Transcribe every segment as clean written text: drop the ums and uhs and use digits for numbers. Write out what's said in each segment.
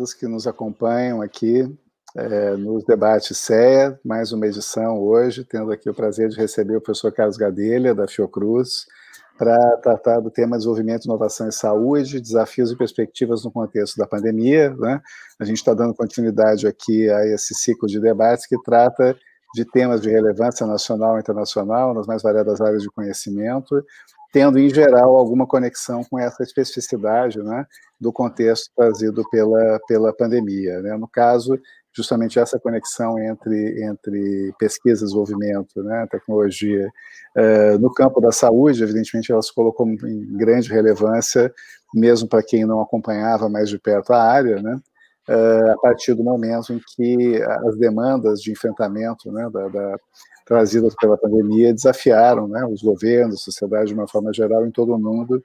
todos que nos acompanham aqui nos debates CEA, mais uma edição hoje, tendo aqui o prazer de receber o professor Carlos Gadelha, da Fiocruz, para tratar do tema desenvolvimento, inovação e saúde, desafios e perspectivas no contexto da pandemia, né? A gente está dando continuidade aqui a esse ciclo de debates que trata de temas de relevância nacional e internacional, nas mais variadas áreas de conhecimento, tendo, em geral, alguma conexão com essa especificidade, né, do contexto trazido pela pandemia, né? No caso, justamente essa conexão entre pesquisa e desenvolvimento, né, tecnologia. No campo da saúde, evidentemente, ela se colocou em grande relevância, mesmo para quem não acompanhava mais de perto a área, né, a partir do momento em que as demandas de enfrentamento, né, trazidas pela pandemia desafiaram, né, os governos, a sociedade de uma forma geral em todo o mundo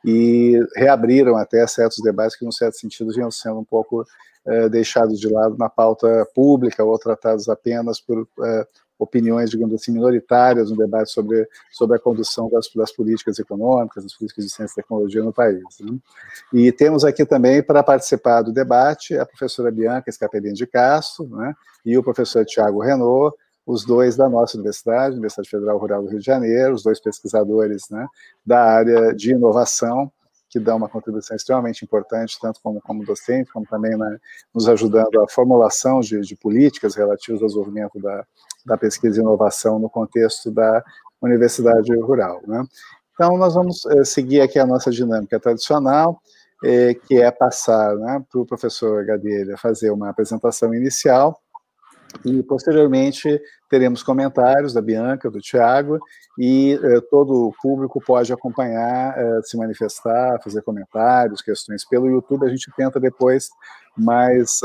e reabriram até certos debates que, num certo sentido, vinham sendo um pouco deixados de lado na pauta pública ou tratados apenas por opiniões, digamos assim, minoritárias no debate sobre a condução das políticas econômicas, das políticas de ciência e tecnologia no país, né? E temos aqui também, para participar do debate, a professora Bianca Scapellin de Castro, né, e o professor Tiago Renaud, os dois da nossa universidade, Universidade Federal Rural do Rio de Janeiro, os dois pesquisadores, né, da área de inovação, que dão uma contribuição extremamente importante, tanto como docente, como também, né, nos ajudando a formulação de políticas relativas ao desenvolvimento da pesquisa e inovação no contexto da universidade rural, né? Então, nós vamos seguir aqui a nossa dinâmica tradicional, que é passar, né, para o professor Gadelha fazer uma apresentação inicial, e, posteriormente, teremos comentários da Bianca, do Tiago, e todo o público pode acompanhar, se manifestar, fazer comentários, questões. Pelo YouTube, a gente tenta depois, mais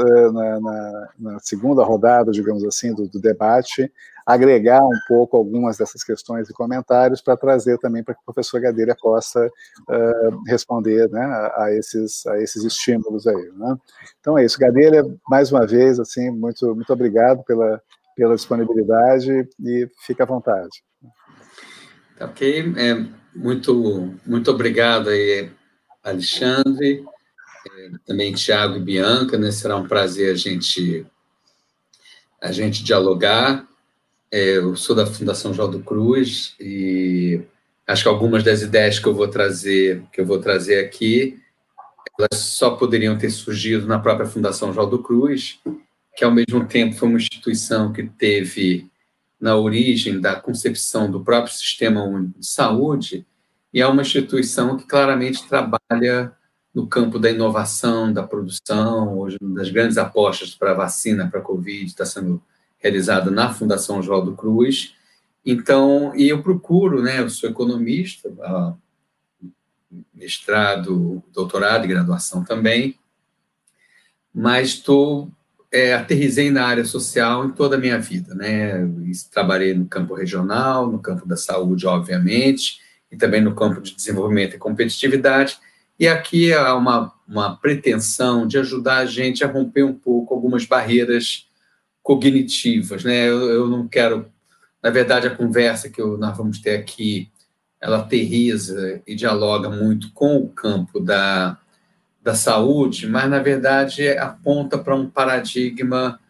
na segunda rodada, digamos assim, do debate, agregar um pouco algumas dessas questões e comentários para trazer também para que o professor Gadelha possa responder, né, a esses estímulos aí, né? Então é isso, Gadelha, mais uma vez, assim, muito obrigado pela disponibilidade e fica à vontade. Ok, muito obrigado aí, Alexandre, também Tiago e Bianca, né? Será um prazer a gente dialogar. Eu sou da Fundação Oswaldo Cruz e acho que algumas das ideias que eu vou trazer aqui, elas só poderiam ter surgido na própria Fundação Oswaldo Cruz, que ao mesmo tempo foi uma instituição que teve na origem da concepção do próprio Sistema Único de Saúde, e é uma instituição que claramente trabalha no campo da inovação, da produção. Hoje, uma das grandes apostas para a vacina para a Covid está sendo realizada na Fundação Oswaldo Cruz. Então, e eu procuro, né, eu sou economista, mestrado, doutorado e graduação também, mas aterrisei na área social em toda a minha vida, né? Trabalhei no campo regional, no campo da saúde, obviamente, e também no campo de desenvolvimento e competitividade. E aqui há uma pretensão de ajudar a gente a romper um pouco algumas barreiras cognitivas, né? Eu não quero, na verdade, a conversa que nós vamos ter aqui, ela aterriza e dialoga muito com o campo da saúde, mas, na verdade, aponta para um paradigma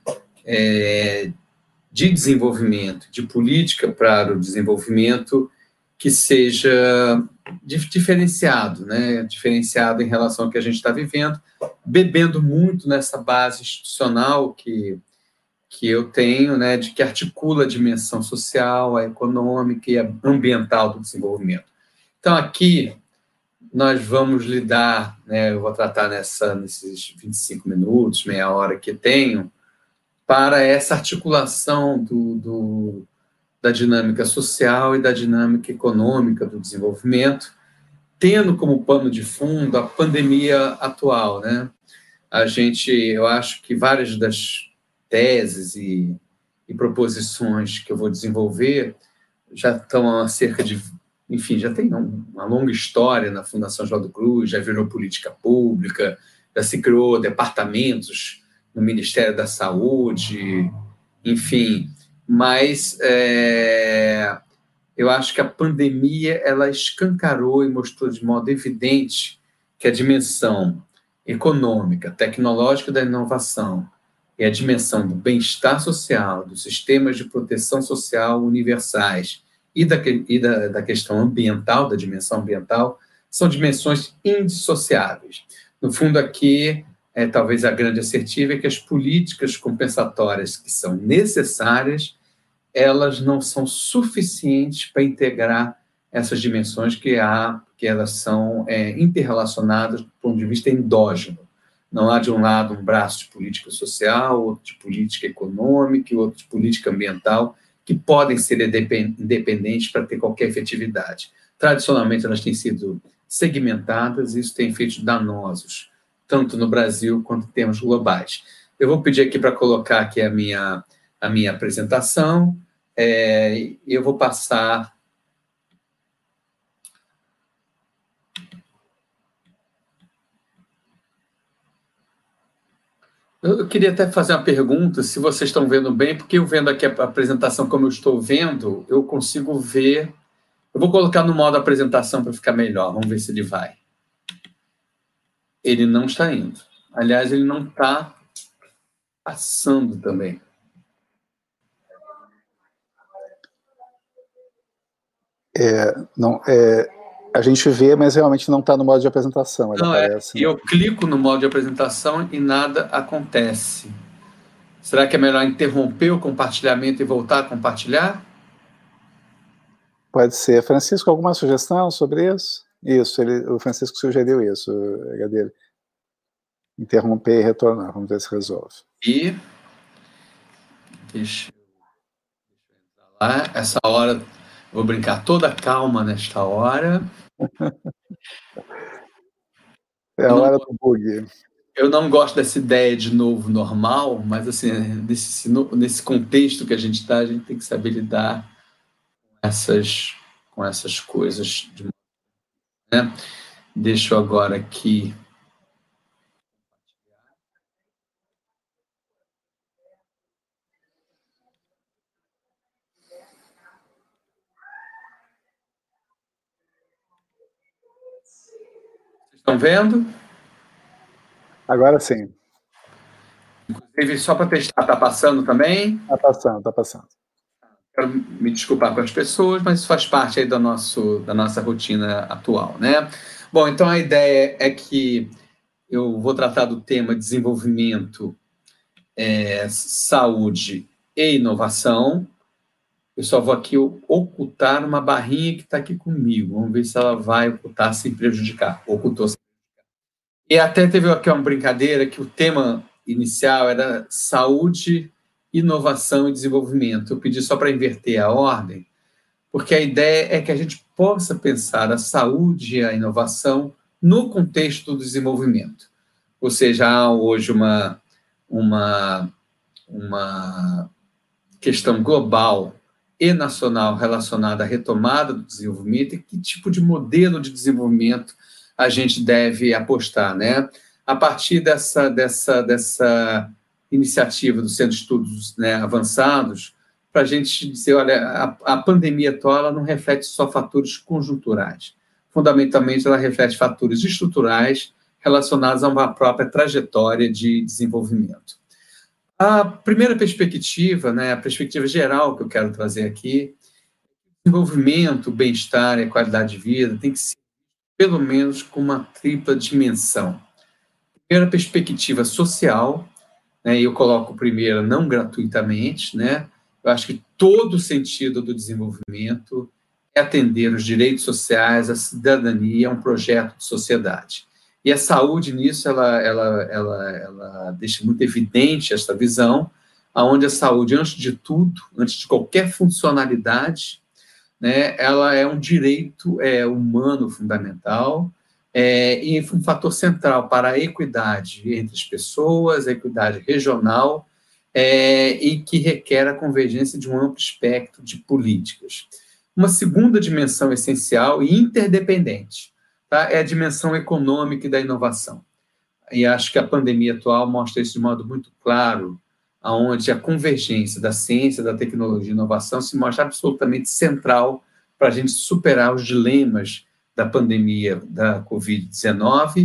de desenvolvimento, de política para o desenvolvimento que seja diferenciado, né? Diferenciado em relação ao que a gente está vivendo, bebendo muito nessa base institucional que eu tenho, né, de que articula a dimensão social, a econômica e a ambiental do desenvolvimento. Então, aqui, nós vamos lidar, né, eu vou tratar nesses 25 minutos, meia hora que tenho, para essa articulação da dinâmica social e da dinâmica econômica do desenvolvimento, tendo como pano de fundo a pandemia atual, né? Eu acho que várias das teses e proposições que eu vou desenvolver já estão há cerca de... Enfim, já tem uma longa história na Fundação Oswaldo Cruz, já virou política pública, já se criou departamentos no Ministério da Saúde, enfim. Mas eu acho que a pandemia ela escancarou e mostrou de modo evidente que a dimensão econômica, tecnológica da inovação e a dimensão do bem-estar social, dos sistemas de proteção social universais e da questão ambiental, da dimensão ambiental, são dimensões indissociáveis. No fundo, aqui, talvez a grande assertiva é que as políticas compensatórias que são necessárias, elas não são suficientes para integrar essas dimensões que elas são interrelacionadas do ponto de vista endógeno. Não há, de um lado, um braço de política social, outro de política econômica e outro de política ambiental, que podem ser independentes para ter qualquer efetividade. Tradicionalmente, elas têm sido segmentadas e isso tem efeitos danosos, tanto no Brasil quanto em termos globais. Eu vou pedir aqui para colocar aqui a minha apresentação, eu vou passar... Eu queria até fazer uma pergunta, se vocês estão vendo bem, porque eu vendo aqui a apresentação como eu estou vendo, eu consigo ver... Eu vou colocar no modo apresentação para ficar melhor, vamos ver se ele vai. Ele não está indo. Aliás, ele não está passando também. A gente vê, mas realmente não está no modo de apresentação. Ele aparece, eu clico no modo de apresentação e nada acontece. Será que é melhor interromper o compartilhamento e voltar a compartilhar? Pode ser. Francisco, alguma sugestão sobre isso? Isso, o Francisco sugeriu isso, Gadelha. Interromper e retornar, vamos ver se resolve. E deixa eu entrar lá. Essa hora, vou brincar toda calma nesta hora. É a hora do bug. Eu não gosto dessa ideia de novo normal, mas assim, nesse contexto que a gente está, a gente tem que saber lidar com essas coisas. Né? Deixa eu agora aqui... Estão vendo? Agora sim. Inclusive, só para testar, está passando também? Está passando, está passando. Quero me desculpar com as pessoas, mas isso faz parte aí da nossa rotina atual, né? Bom, então a ideia é que eu vou tratar do tema desenvolvimento, saúde e inovação. Eu só vou aqui ocultar uma barrinha que está aqui comigo. Vamos ver se ela vai ocultar sem prejudicar. Ocultou sem prejudicar. E até teve aqui uma brincadeira que o tema inicial era saúde, inovação e desenvolvimento. Eu pedi só para inverter a ordem, porque a ideia é que a gente possa pensar a saúde e a inovação no contexto do desenvolvimento. Ou seja, há hoje uma questão global e nacional relacionada à retomada do desenvolvimento e que tipo de modelo de desenvolvimento a gente deve apostar, né? A partir dessa iniciativa do Centro de Estudos, né, Avançados, para a gente dizer, olha, a pandemia atual ela não reflete só fatores conjunturais. Fundamentalmente, ela reflete fatores estruturais relacionados a uma própria trajetória de desenvolvimento. A primeira perspectiva, né, a perspectiva geral que eu quero trazer aqui, desenvolvimento, bem-estar e qualidade de vida tem que ser, pelo menos, com uma tripla dimensão. Primeira perspectiva social, né, e eu coloco primeiro não gratuitamente, né, eu acho que todo o sentido do desenvolvimento é atender os direitos sociais, a cidadania, é um projeto de sociedade. E a saúde, nisso, ela deixa muito evidente esta visão, onde a saúde, antes de tudo, antes de qualquer funcionalidade, né, ela é um direito humano fundamental e um fator central para a equidade entre as pessoas, a equidade regional, e que requer a convergência de um amplo espectro de políticas. Uma segunda dimensão essencial e interdependente, tá, é a dimensão econômica e da inovação. E acho que a pandemia atual mostra isso de modo muito claro, onde a convergência da ciência, da tecnologia e inovação se mostra absolutamente central para a gente superar os dilemas da pandemia da Covid-19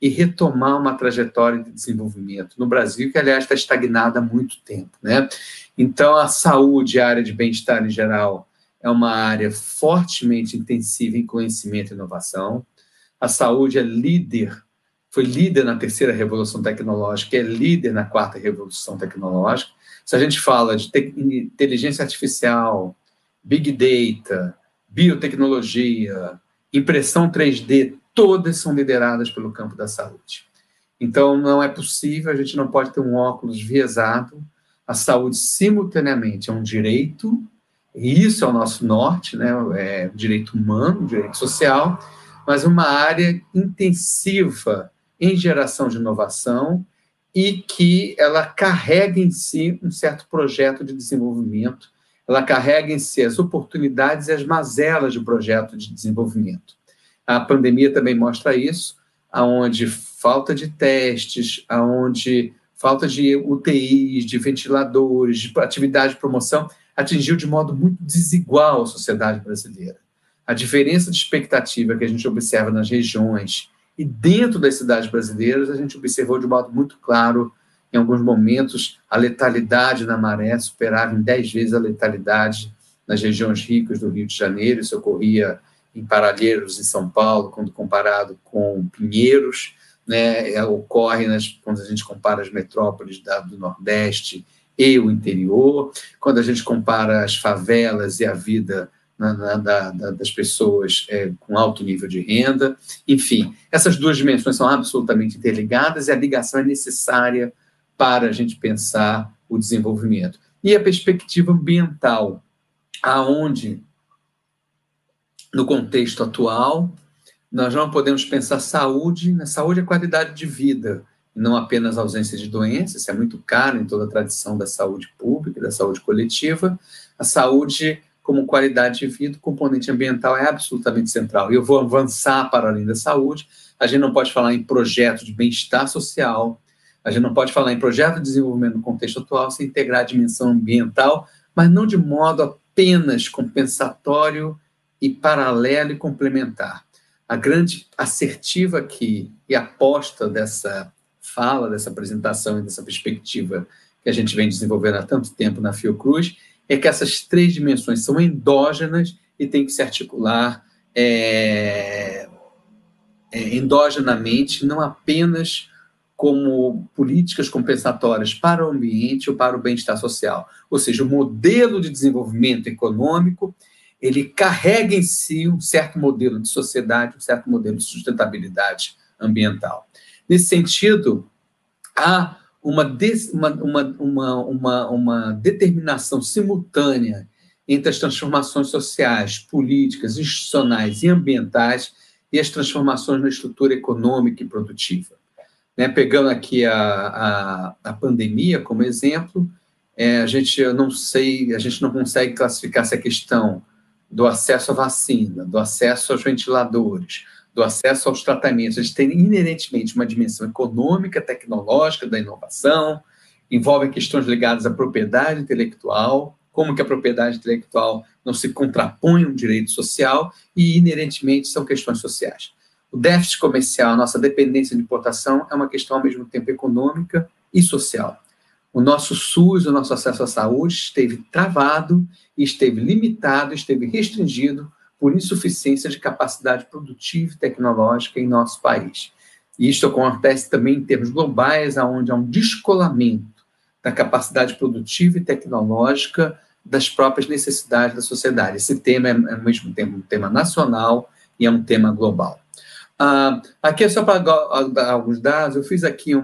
e retomar uma trajetória de desenvolvimento no Brasil, que, aliás, está estagnada há muito tempo, né? Então, a saúde, a área de bem-estar em geral, é uma área fortemente intensiva em conhecimento e inovação. A saúde foi líder na terceira revolução tecnológica, é líder na quarta revolução tecnológica. Se a gente fala de inteligência artificial, big data, biotecnologia, impressão 3D, todas são lideradas pelo campo da saúde. Então, não é possível, a gente não pode ter um óculos viesado. A saúde, simultaneamente, é um direito, e isso é o nosso norte, né? É direito humano, direito social, mas uma área intensiva em geração de inovação e que ela carrega em si um certo projeto de desenvolvimento, ela carrega em si as oportunidades e as mazelas de projeto de desenvolvimento. A pandemia também mostra isso, aonde falta de testes, aonde falta de UTIs, de ventiladores, de atividade de promoção, atingiu de modo muito desigual a sociedade brasileira. A diferença de expectativa que a gente observa nas regiões e dentro das cidades brasileiras, a gente observou de modo muito claro, em alguns momentos, a letalidade na maré superava em 10 vezes a letalidade nas regiões ricas do Rio de Janeiro, isso ocorria em Paralheiros, em São Paulo, quando comparado com Pinheiros, né, ocorre quando a gente compara as metrópoles do Nordeste e o interior, quando a gente compara as favelas e a vida das pessoas com alto nível de renda. Enfim, essas duas dimensões são absolutamente interligadas e a ligação é necessária para a gente pensar o desenvolvimento. E a perspectiva ambiental, aonde, no contexto atual, nós não podemos pensar saúde, na saúde é qualidade de vida, não apenas ausência de doenças, isso é muito caro em toda a tradição da saúde pública, da saúde coletiva. A saúde como qualidade de vida, o componente ambiental é absolutamente central. E eu vou avançar para além da saúde. A gente não pode falar em projeto de bem-estar social, a gente não pode falar em projeto de desenvolvimento no contexto atual sem integrar a dimensão ambiental, mas não de modo apenas compensatório e paralelo e complementar. A grande assertiva aqui e aposta dessa fala, dessa apresentação e dessa perspectiva que a gente vem desenvolvendo há tanto tempo na Fiocruz é que essas três dimensões são endógenas e têm que se articular endogenamente, não apenas como políticas compensatórias para o ambiente ou para o bem-estar social. Ou seja, o modelo de desenvolvimento econômico ele carrega em si um certo modelo de sociedade, um certo modelo de sustentabilidade ambiental. Nesse sentido, há uma determinação simultânea entre as transformações sociais, políticas, institucionais e ambientais e as transformações na estrutura econômica e produtiva. Né? Pegando aqui a pandemia como exemplo, a gente não consegue classificar essa questão do acesso à vacina, do acesso aos ventiladores, do acesso aos tratamentos. Eles têm inerentemente uma dimensão econômica, tecnológica, da inovação, envolvem questões ligadas à propriedade intelectual, como que a propriedade intelectual não se contrapõe a um direito social e, inerentemente, são questões sociais. O déficit comercial, a nossa dependência de importação, é uma questão, ao mesmo tempo, econômica e social. O nosso SUS, o nosso acesso à saúde, esteve travado, esteve limitado, esteve restringido por insuficiência de capacidade produtiva e tecnológica em nosso país. E isso acontece também em termos globais, onde há um descolamento da capacidade produtiva e tecnológica das próprias necessidades da sociedade. Esse tema é, ao mesmo tempo, um tema nacional e é um tema global. Aqui é só para dar alguns dados, eu fiz aqui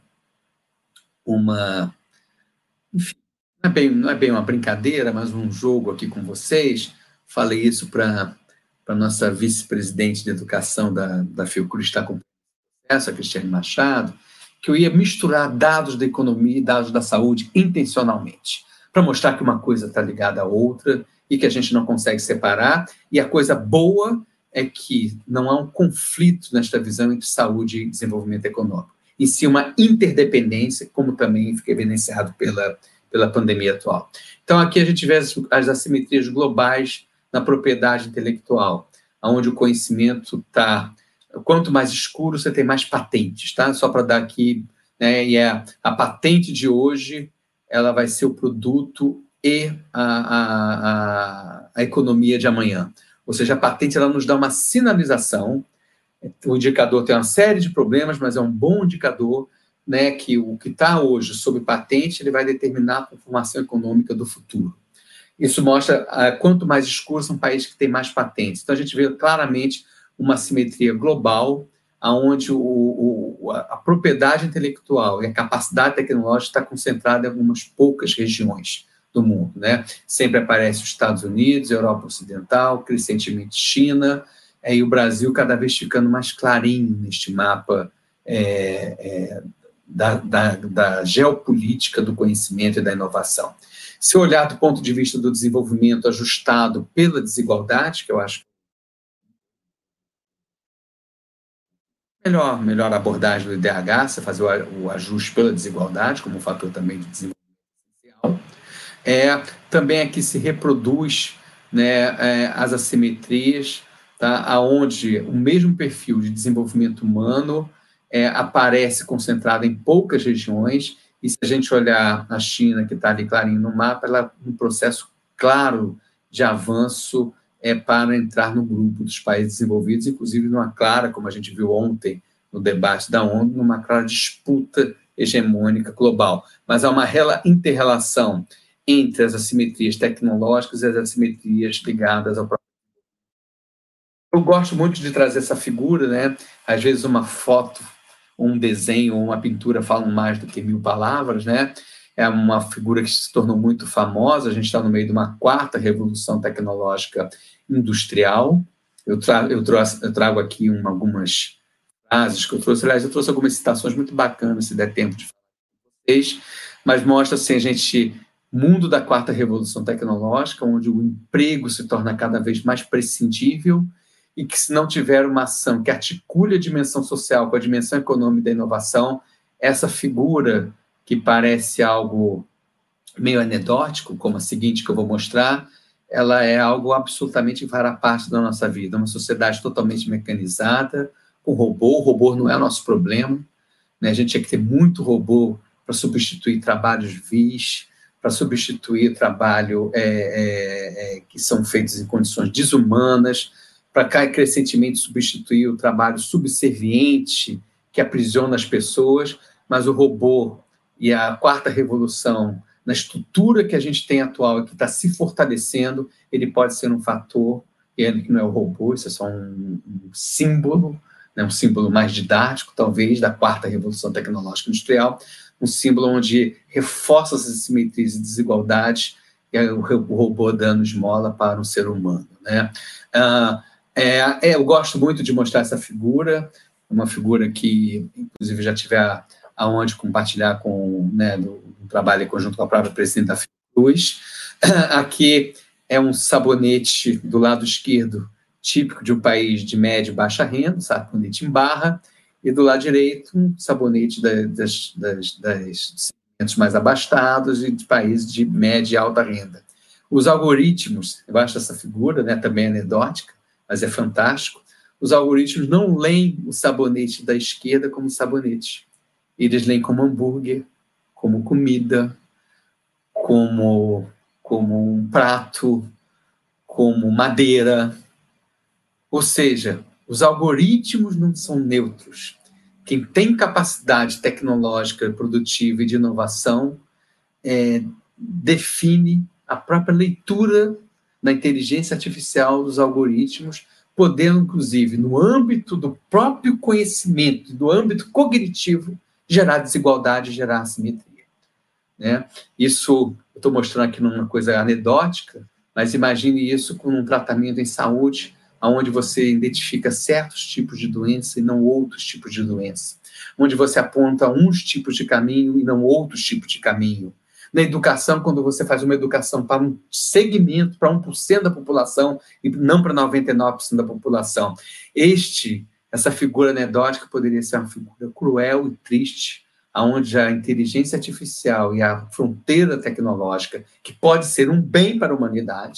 enfim, não é bem uma brincadeira, mas um jogo aqui com vocês. Falei isso para a nossa vice-presidente de educação da Fiocruz, que está com essa, Cristiane Machado, que eu ia misturar dados da economia e dados da saúde intencionalmente, para mostrar que uma coisa está ligada à outra e que a gente não consegue separar. E a coisa boa é que não há um conflito nesta visão entre saúde e desenvolvimento econômico. Em si, uma interdependência, como também fica evidenciado pela pandemia atual. Então, aqui a gente vê as assimetrias globais na propriedade intelectual, onde o conhecimento está quanto mais escuro, você tem mais patentes, tá? Só para dar aqui, né? E a patente de hoje, ela vai ser o produto e a economia de amanhã. Ou seja, a patente, ela nos dá uma sinalização. O indicador tem uma série de problemas, mas é um bom indicador, né, que o que está hoje sob patente, ele vai determinar a conformação econômica do futuro. Isso mostra quanto mais escuro são países que têm mais patentes. Então, a gente vê claramente uma simetria global, onde a propriedade intelectual e a capacidade tecnológica está concentrada em algumas poucas regiões do mundo, né? Sempre aparece os Estados Unidos, Europa Ocidental, crescentemente China, e o Brasil cada vez ficando mais clarinho neste mapa da geopolítica do conhecimento e da inovação. Se olhar do ponto de vista do desenvolvimento ajustado pela desigualdade, que eu acho melhor abordagem do IDH, você fazer o ajuste pela desigualdade, como um fator também de desenvolvimento social, também aqui se reproduz, né, as assimetrias, tá, onde o mesmo perfil de desenvolvimento humano aparece concentrado em poucas regiões, e se a gente olhar a China, que está ali clarinho no mapa, ela é um processo claro de avanço para entrar no grupo dos países desenvolvidos, inclusive numa clara, como a gente viu ontem no debate da ONU, numa clara disputa hegemônica global. Mas há uma inter-relação entre as assimetrias tecnológicas e as assimetrias ligadas ao próprio. Eu gosto muito de trazer essa figura, né? Às vezes uma foto, um desenho ou uma pintura falam mais do que 1000 palavras, né? É uma figura que se tornou muito famosa. A gente está no meio de uma quarta revolução tecnológica industrial. Eu trago aqui algumas frases que eu trouxe. Aliás, eu trouxe algumas citações muito bacanas, se der tempo de falar com vocês, mas mostra assim, mundo da quarta revolução tecnológica, onde o emprego se torna cada vez mais prescindível e que, se não tiver uma ação que articule a dimensão social com a dimensão econômica da inovação, essa figura, que parece algo meio anedótico, como a seguinte que eu vou mostrar, ela é algo absolutamente que fará parte da nossa vida. Uma sociedade totalmente mecanizada, com robô. O robô não é nosso problema, né? A gente tinha que ter muito robô para substituir trabalhos vis, para substituir trabalho que são feitos em condições desumanas, para crescentemente substituir o trabalho subserviente que aprisiona as pessoas, mas o robô e a quarta revolução, na estrutura que a gente tem atual e que está se fortalecendo, ele pode ser um fator, ele que não é o robô, isso é só um símbolo, né, um símbolo mais didático, talvez, da quarta revolução tecnológica industrial, um símbolo onde reforça essas assimetrias e desigualdades, e o robô dando esmola para um ser humano, né? Eu gosto muito de mostrar essa figura, uma figura que, inclusive, já tive aonde compartilhar com, né, do trabalho em conjunto com a própria presidente da Fiocruz. Aqui é um sabonete do lado esquerdo, típico de um país de média e baixa renda, sabonete em barra, e do lado direito, um sabonete das segmentos mais abastados e de países de média e alta renda. Os algoritmos, eu acho essa figura, né, também anedótica, mas é fantástico, os algoritmos não leem o sabonete da esquerda como sabonete. Eles leem como hambúrguer, como comida, como um prato, como madeira. Ou seja, os algoritmos não são neutros. Quem tem capacidade tecnológica, produtiva e de inovação define a própria leitura da inteligência artificial dos algoritmos, podendo, inclusive, no âmbito do próprio conhecimento, do âmbito cognitivo, gerar desigualdade, gerar assimetria, né? Isso eu estou mostrando aqui numa coisa anedótica, mas imagine isso com um tratamento em saúde, onde você identifica certos tipos de doença e não outros tipos de doença, onde você aponta uns tipos de caminho e não outros tipos de caminho. Na educação, quando você faz uma educação para um segmento, para 1% da população e não para 99% da população. Essa figura anedótica poderia ser uma figura cruel e triste, onde a inteligência artificial e a fronteira tecnológica, que pode ser um bem para a humanidade,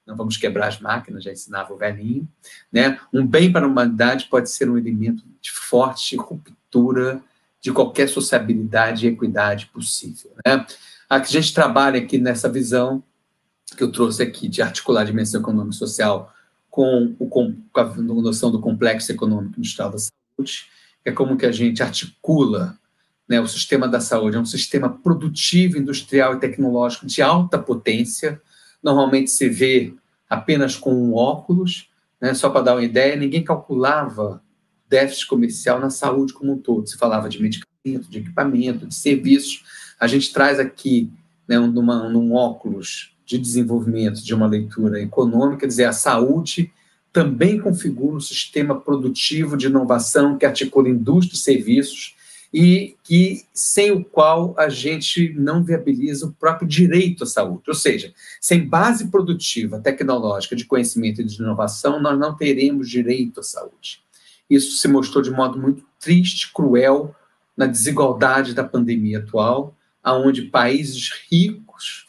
não vamos quebrar as máquinas, já ensinava o velhinho, né? Um bem para a humanidade pode ser um elemento de forte ruptura de qualquer sociabilidade e equidade possível, né? A gente trabalha aqui nessa visão que eu trouxe aqui de articular a dimensão econômica e social com a noção do complexo econômico industrial da saúde, é como que a gente articula, né, o sistema da saúde, é um sistema produtivo, industrial e tecnológico de alta potência, normalmente se vê apenas com um óculos, né, só para dar uma ideia, ninguém calculava déficit comercial na saúde como um todo, se falava de medicamento, de equipamento, de serviços, a gente traz aqui, né, num óculos de desenvolvimento de uma leitura econômica, quer dizer, a saúde também configura um sistema produtivo de inovação que articula indústria e serviços e que, sem o qual a gente não viabiliza o próprio direito à saúde. Ou seja, sem base produtiva, tecnológica, de conhecimento e de inovação, nós não teremos direito à saúde. Isso se mostrou de modo muito triste, cruel, na desigualdade da pandemia atual, onde países ricos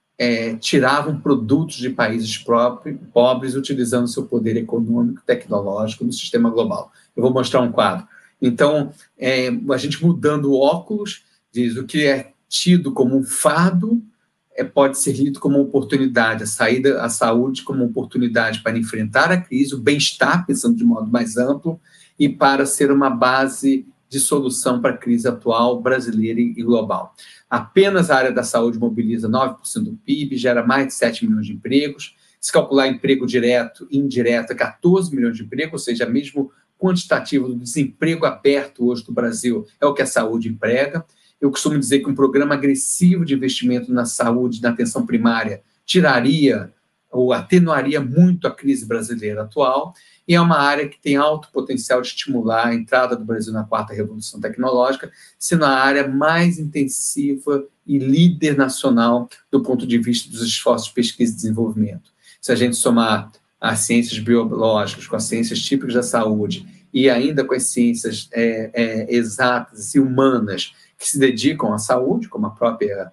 tiravam produtos de países pobres utilizando seu poder econômico e tecnológico no sistema global. Eu vou mostrar um quadro. Então, a gente mudando o óculos, diz o que é tido como um fardo pode ser lido como uma oportunidade, a saúde como uma oportunidade para enfrentar a crise, o bem-estar, pensando de modo mais amplo, e para ser uma base de solução para a crise atual brasileira e global. Apenas a área da saúde mobiliza 9% do PIB, gera mais de 7 milhões de empregos. Se calcular emprego direto e indireto, 14 milhões de empregos, ou seja, mesmo quantitativo do desemprego aberto hoje do Brasil é o que a saúde emprega. Eu costumo dizer que um programa agressivo de investimento na saúde, na atenção primária, tiraria ou atenuaria muito a crise brasileira atual, e é uma área que tem alto potencial de estimular a entrada do Brasil na quarta revolução tecnológica, sendo a área mais intensiva e líder nacional do ponto de vista dos esforços de pesquisa e desenvolvimento. Se a gente somar as ciências biológicas com as ciências típicas da saúde e ainda com as ciências exatas e humanas que se dedicam à saúde, como a própria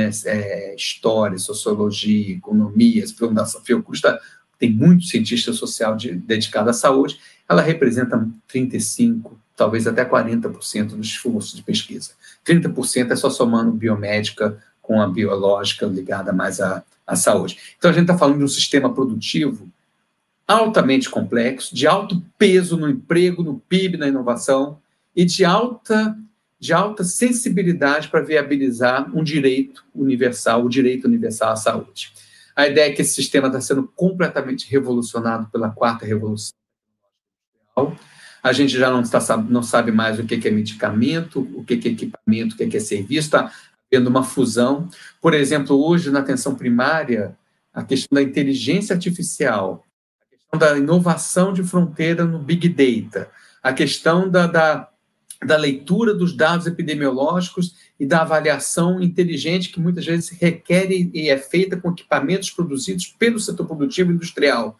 história, sociologia, economia, Fundação Fiocruz tem muito cientista social dedicado à saúde, ela representa 35%, talvez até 40% dos esforços de pesquisa. 30% é só somando biomédica com a biológica ligada mais à saúde. Então, a gente está falando de um sistema produtivo altamente complexo, de alto peso no emprego, no PIB, na inovação, e de alta sensibilidade para viabilizar um direito universal, o direito universal à saúde. A ideia é que esse sistema está sendo completamente revolucionado pela quarta revolução. A gente já não sabe mais o que é medicamento, o que é equipamento, o que é serviço, está havendo uma fusão. Por exemplo, hoje, na atenção primária, a questão da inteligência artificial, a questão da inovação de fronteira no Big Data, a questão da leitura dos dados epidemiológicos e da avaliação inteligente que muitas vezes requer e é feita com equipamentos produzidos pelo setor produtivo e industrial.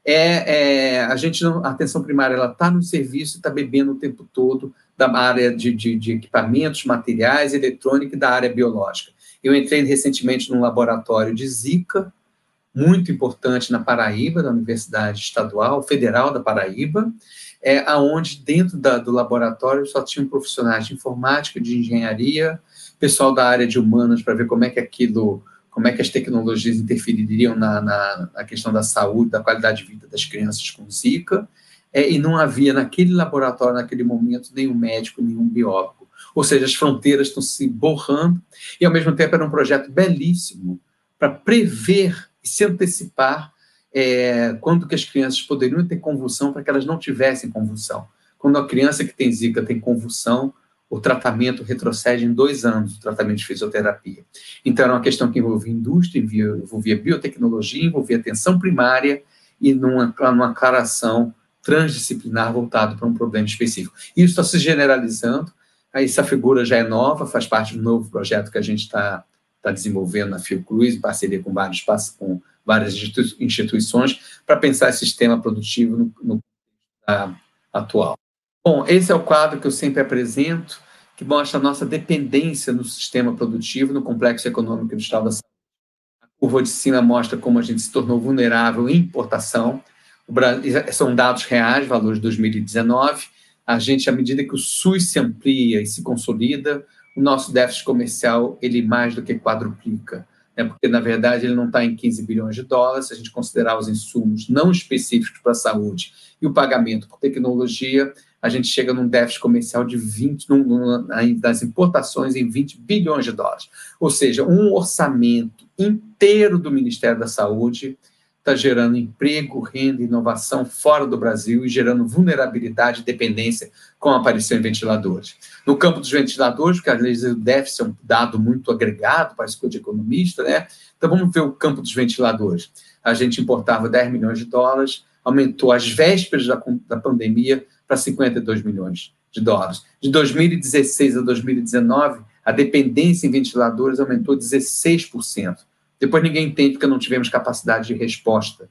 A atenção primária está no serviço e está bebendo o tempo todo da área de equipamentos, materiais, eletrônica e da área biológica. Eu entrei recentemente num laboratório de Zika, muito importante na Paraíba, da Universidade Estadual Federal da Paraíba, onde dentro do laboratório só tinham profissionais de informática, de engenharia, pessoal da área de humanas para ver como é que as tecnologias interfeririam na questão da saúde, da qualidade de vida das crianças com Zika, e não havia naquele laboratório, naquele momento, nenhum médico, nenhum biólogo. Ou seja, as fronteiras estão se borrando, e ao mesmo tempo era um projeto belíssimo para prever e se antecipar quando que as crianças poderiam ter convulsão para que elas não tivessem convulsão. Quando a criança que tem Zika tem convulsão, o tratamento retrocede em 2 anos, o tratamento de fisioterapia. Então, era uma questão que envolvia indústria, envolvia biotecnologia, envolvia atenção primária e numa aclaração transdisciplinar voltado para um problema específico. Isso está se generalizando, essa figura já é nova, faz parte do novo projeto que a gente está desenvolvendo na Fiocruz, em parceria com várias instituições, para pensar esse sistema produtivo no atual. Bom, esse é o quadro que eu sempre apresento, que mostra a nossa dependência no sistema produtivo, no complexo econômico industrial da saúde. curva de cima mostra como a gente se tornou vulnerável em importação. São dados reais, valores de 2019. A gente, à medida que o SUS se amplia e se consolida, o nosso déficit comercial, ele mais do que quadruplica, né? Porque, na verdade, ele não está em 15 bilhões de dólares, se a gente considerar os insumos não específicos para a saúde e o pagamento por tecnologia, a gente chega num déficit comercial de 20, das importações em 20 bilhões de dólares. Ou seja, um orçamento inteiro do Ministério da Saúde está gerando emprego, renda, inovação fora do Brasil e gerando vulnerabilidade e dependência com a aparição em ventiladores. No campo dos ventiladores, porque às vezes o déficit é um dado muito agregado, parece coisa de economista, né? Então vamos ver o campo dos ventiladores. A gente importava 10 milhões de dólares, aumentou às vésperas da pandemia para 52 milhões de dólares. De 2016 a 2019, a dependência em ventiladores aumentou 16%. Depois ninguém entende porque não tivemos capacidade de resposta.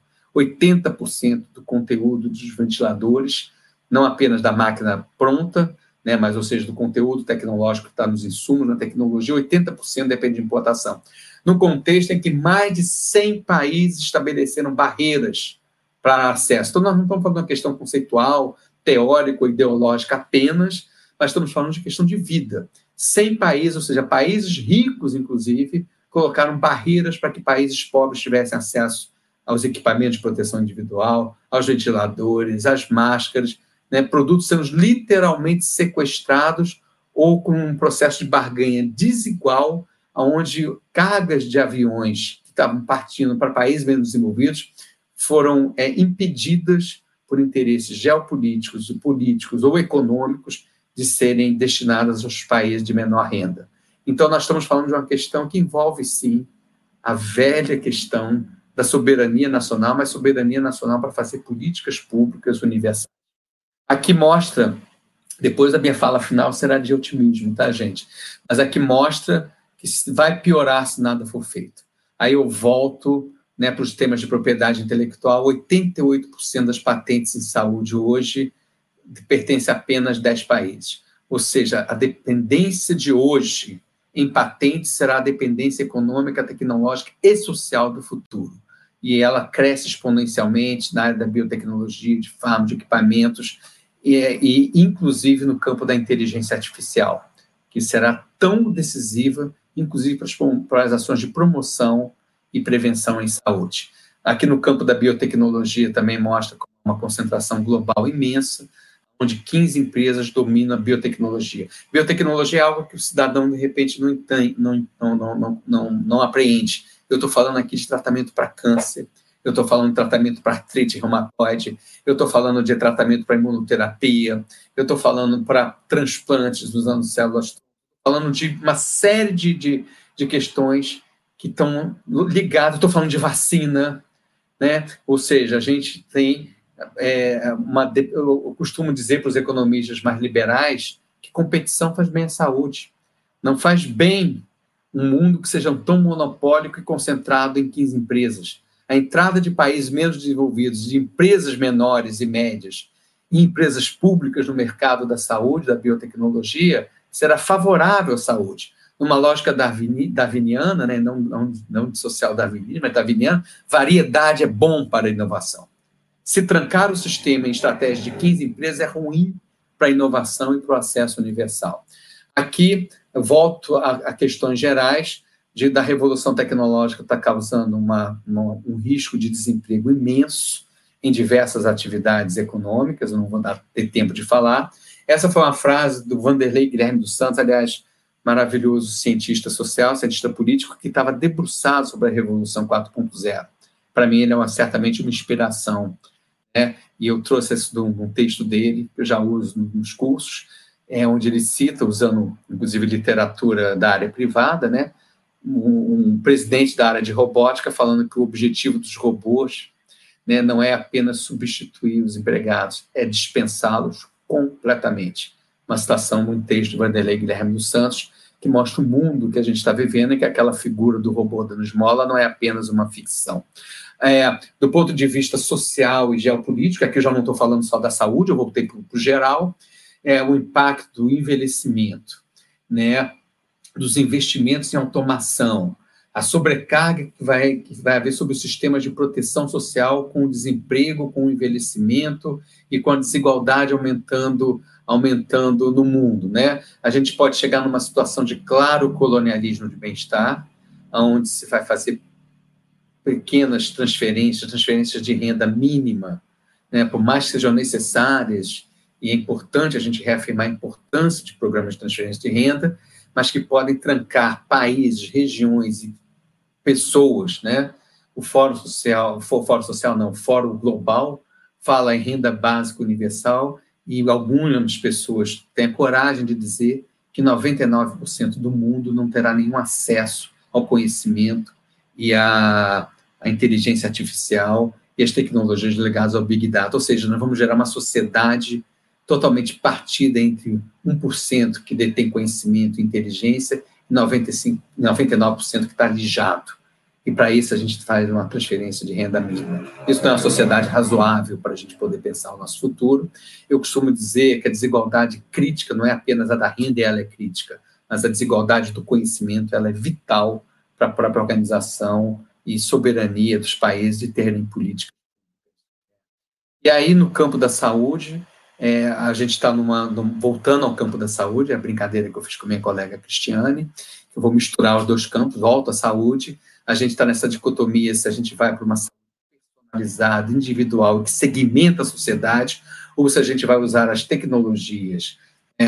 80% do conteúdo dos ventiladores, não apenas da máquina pronta, né, mas, ou seja, do conteúdo tecnológico que está nos insumos, na tecnologia, 80% depende de importação. No contexto em que mais de 100 países estabeleceram barreiras para acesso. Então, nós não estamos falando de uma questão conceitual, teórica ou ideológica apenas, mas estamos falando de questão de vida. 100 países, ou seja, países ricos, inclusive, colocaram barreiras para que países pobres tivessem acesso aos equipamentos de proteção individual, aos ventiladores, às máscaras, né, produtos sendo literalmente sequestrados ou com um processo de barganha desigual, onde cargas de aviões que estavam partindo para países menos desenvolvidos foram impedidas por interesses geopolíticos, políticos ou econômicos de serem destinadas aos países de menor renda. Então, nós estamos falando de uma questão que envolve, sim, a velha questão da soberania nacional, mas soberania nacional para fazer políticas públicas universais. Aqui mostra, depois da minha fala final será de otimismo, tá, gente? Mas aqui mostra que vai piorar se nada for feito. Aí eu volto, né, para os temas de propriedade intelectual. 88% das patentes em saúde hoje pertencem a apenas 10 países. Ou seja, a dependência de hoje em patentes será a dependência econômica, tecnológica e social do futuro. E ela cresce exponencialmente na área da biotecnologia, de farma, de equipamentos, e inclusive no campo da inteligência artificial, que será tão decisiva, inclusive para as ações de promoção e prevenção em saúde. Aqui no campo da biotecnologia também mostra uma concentração global imensa, onde 15 empresas dominam a biotecnologia. Biotecnologia é algo que o cidadão, de repente, não apreende. Eu estou falando aqui de tratamento para câncer, eu estou falando de tratamento para artrite reumatoide, eu estou falando de tratamento para imunoterapia, eu estou falando para transplantes usando células, estou falando de uma série de questões que estão ligadas, estou falando de vacina, né? Ou seja, a gente tem... eu costumo dizer para os economistas mais liberais que competição faz bem à saúde. Não faz bem um mundo que seja tão monopólico e concentrado em 15 empresas. A entrada de países menos desenvolvidos, de empresas menores e médias, e empresas públicas no mercado da saúde, da biotecnologia, será favorável à saúde. Numa lógica darwiniana, né? não de social darwinismo, mas darwiniana, variedade é bom para a inovação. Se trancar o sistema em estratégia de 15 empresas é ruim para a inovação e para o acesso universal. Aqui, eu volto a questões gerais da revolução tecnológica está causando um risco de desemprego imenso em diversas atividades econômicas, eu não vou ter tempo de falar. Essa foi uma frase do Vanderlei Guilherme dos Santos, aliás, maravilhoso cientista social, cientista político, que estava debruçado sobre a Revolução 4.0. Para mim, ele é certamente uma inspiração, né? E eu trouxe isso de um texto dele, que eu já uso nos cursos, onde ele cita, usando, inclusive, literatura da área privada, né? Um presidente da área de robótica falando que o objetivo dos robôs, né, não é apenas substituir os empregados, é dispensá-los completamente. Uma citação de um texto do Vanderlei Guilherme dos Santos, que mostra o mundo que a gente está vivendo e que aquela figura do robô dando esmola não é apenas uma ficção. Do ponto de vista social e geopolítico, aqui eu já não estou falando só da saúde, eu voltei para o geral, o impacto do envelhecimento, né, dos investimentos em automação, a sobrecarga que vai haver sobre os sistemas de proteção social, com o desemprego, com o envelhecimento e com a desigualdade aumentando no mundo, né? A gente pode chegar numa situação de claro colonialismo de bem-estar, onde se vai fazer pequenas transferências de renda mínima, né? Por mais que sejam necessárias, e é importante a gente reafirmar a importância de programas de transferência de renda, mas que podem trancar países, regiões e pessoas, né? O Fórum Global fala em renda básica universal e algumas pessoas têm a coragem de dizer que 99% do mundo não terá nenhum acesso ao conhecimento e à inteligência artificial e às tecnologias ligadas ao Big Data, ou seja, nós vamos gerar uma sociedade totalmente partida entre 1% que detém conhecimento e inteligência e 99% que está lijado. E para isso a gente faz uma transferência de renda mínima. Isso não é uma sociedade razoável para a gente poder pensar o nosso futuro. Eu costumo dizer que a desigualdade crítica não é apenas a da renda, ela é crítica, mas a desigualdade do conhecimento ela é vital para a própria organização e soberania dos países de terem política. E aí, no campo da saúde, a gente está voltando ao campo da saúde, a brincadeira que eu fiz com minha colega Cristiane, eu vou misturar os dois campos, volto à saúde, a gente está nessa dicotomia se a gente vai para uma saúde personalizada, individual, que segmenta a sociedade, ou se a gente vai usar as tecnologias,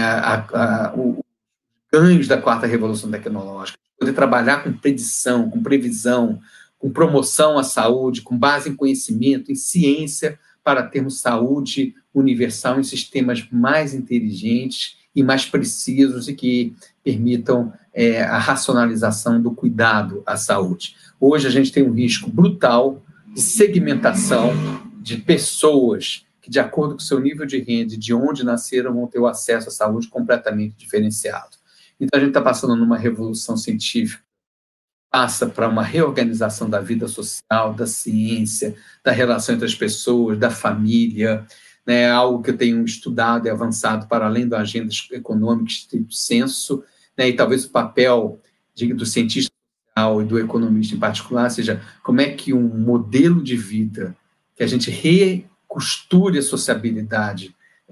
os ganhos da quarta revolução tecnológica, poder trabalhar com predição, com previsão, com promoção à saúde, com base em conhecimento, em ciência, para termos saúde universal em sistemas mais inteligentes e mais precisos e que permitam a racionalização do cuidado à saúde. Hoje a gente tem um risco brutal de segmentação de pessoas que, de acordo com o seu nível de renda e de onde nasceram, vão ter o acesso à saúde completamente diferenciado. Então a gente está passando numa revolução científica, passa para uma reorganização da vida social, da ciência, da relação entre as pessoas, da família, né, algo que eu tenho estudado e avançado para além da agenda econômica estrito sensu, né, e talvez o papel do cientista social e do economista em particular seja como é que um modelo de vida que a gente recosture a sociabilidade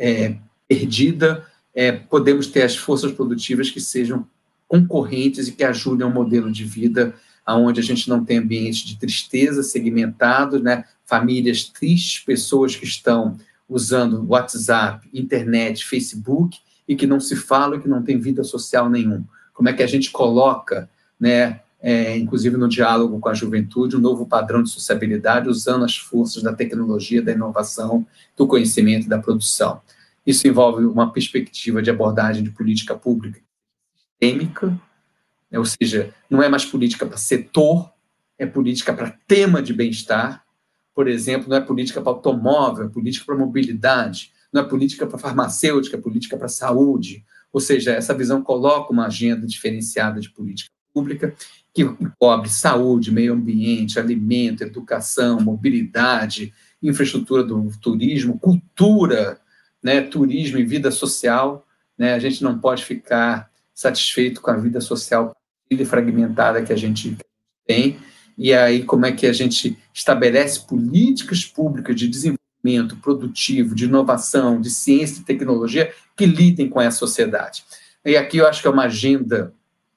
perdida, podemos ter as forças produtivas que sejam concorrentes e que ajudem a um modelo de vida onde a gente não tem ambiente de tristeza segmentado, né? Famílias tristes, pessoas que estão usando WhatsApp, internet, Facebook e que não se falam e que não tem vida social nenhuma. Como é que a gente coloca, né, inclusive no diálogo com a juventude, um novo padrão de sociabilidade usando as forças da tecnologia, da inovação, do conhecimento e da produção. Isso envolve uma perspectiva de abordagem de política pública sistêmica, né? Ou seja, não é mais política para setor, é política para tema de bem-estar. Por exemplo, não é política para automóvel, é política para mobilidade, não é política para farmacêutica, é política para saúde. Ou seja, essa visão coloca uma agenda diferenciada de política pública que cobre saúde, meio ambiente, alimento, educação, mobilidade, infraestrutura do turismo, cultura, né, turismo e vida social, né? A gente não pode ficar satisfeito com a vida social fragmentada que a gente tem, e aí como é que a gente estabelece políticas públicas de desenvolvimento produtivo, de inovação, de ciência e tecnologia que lidem com essa sociedade. E aqui eu acho que é uma agenda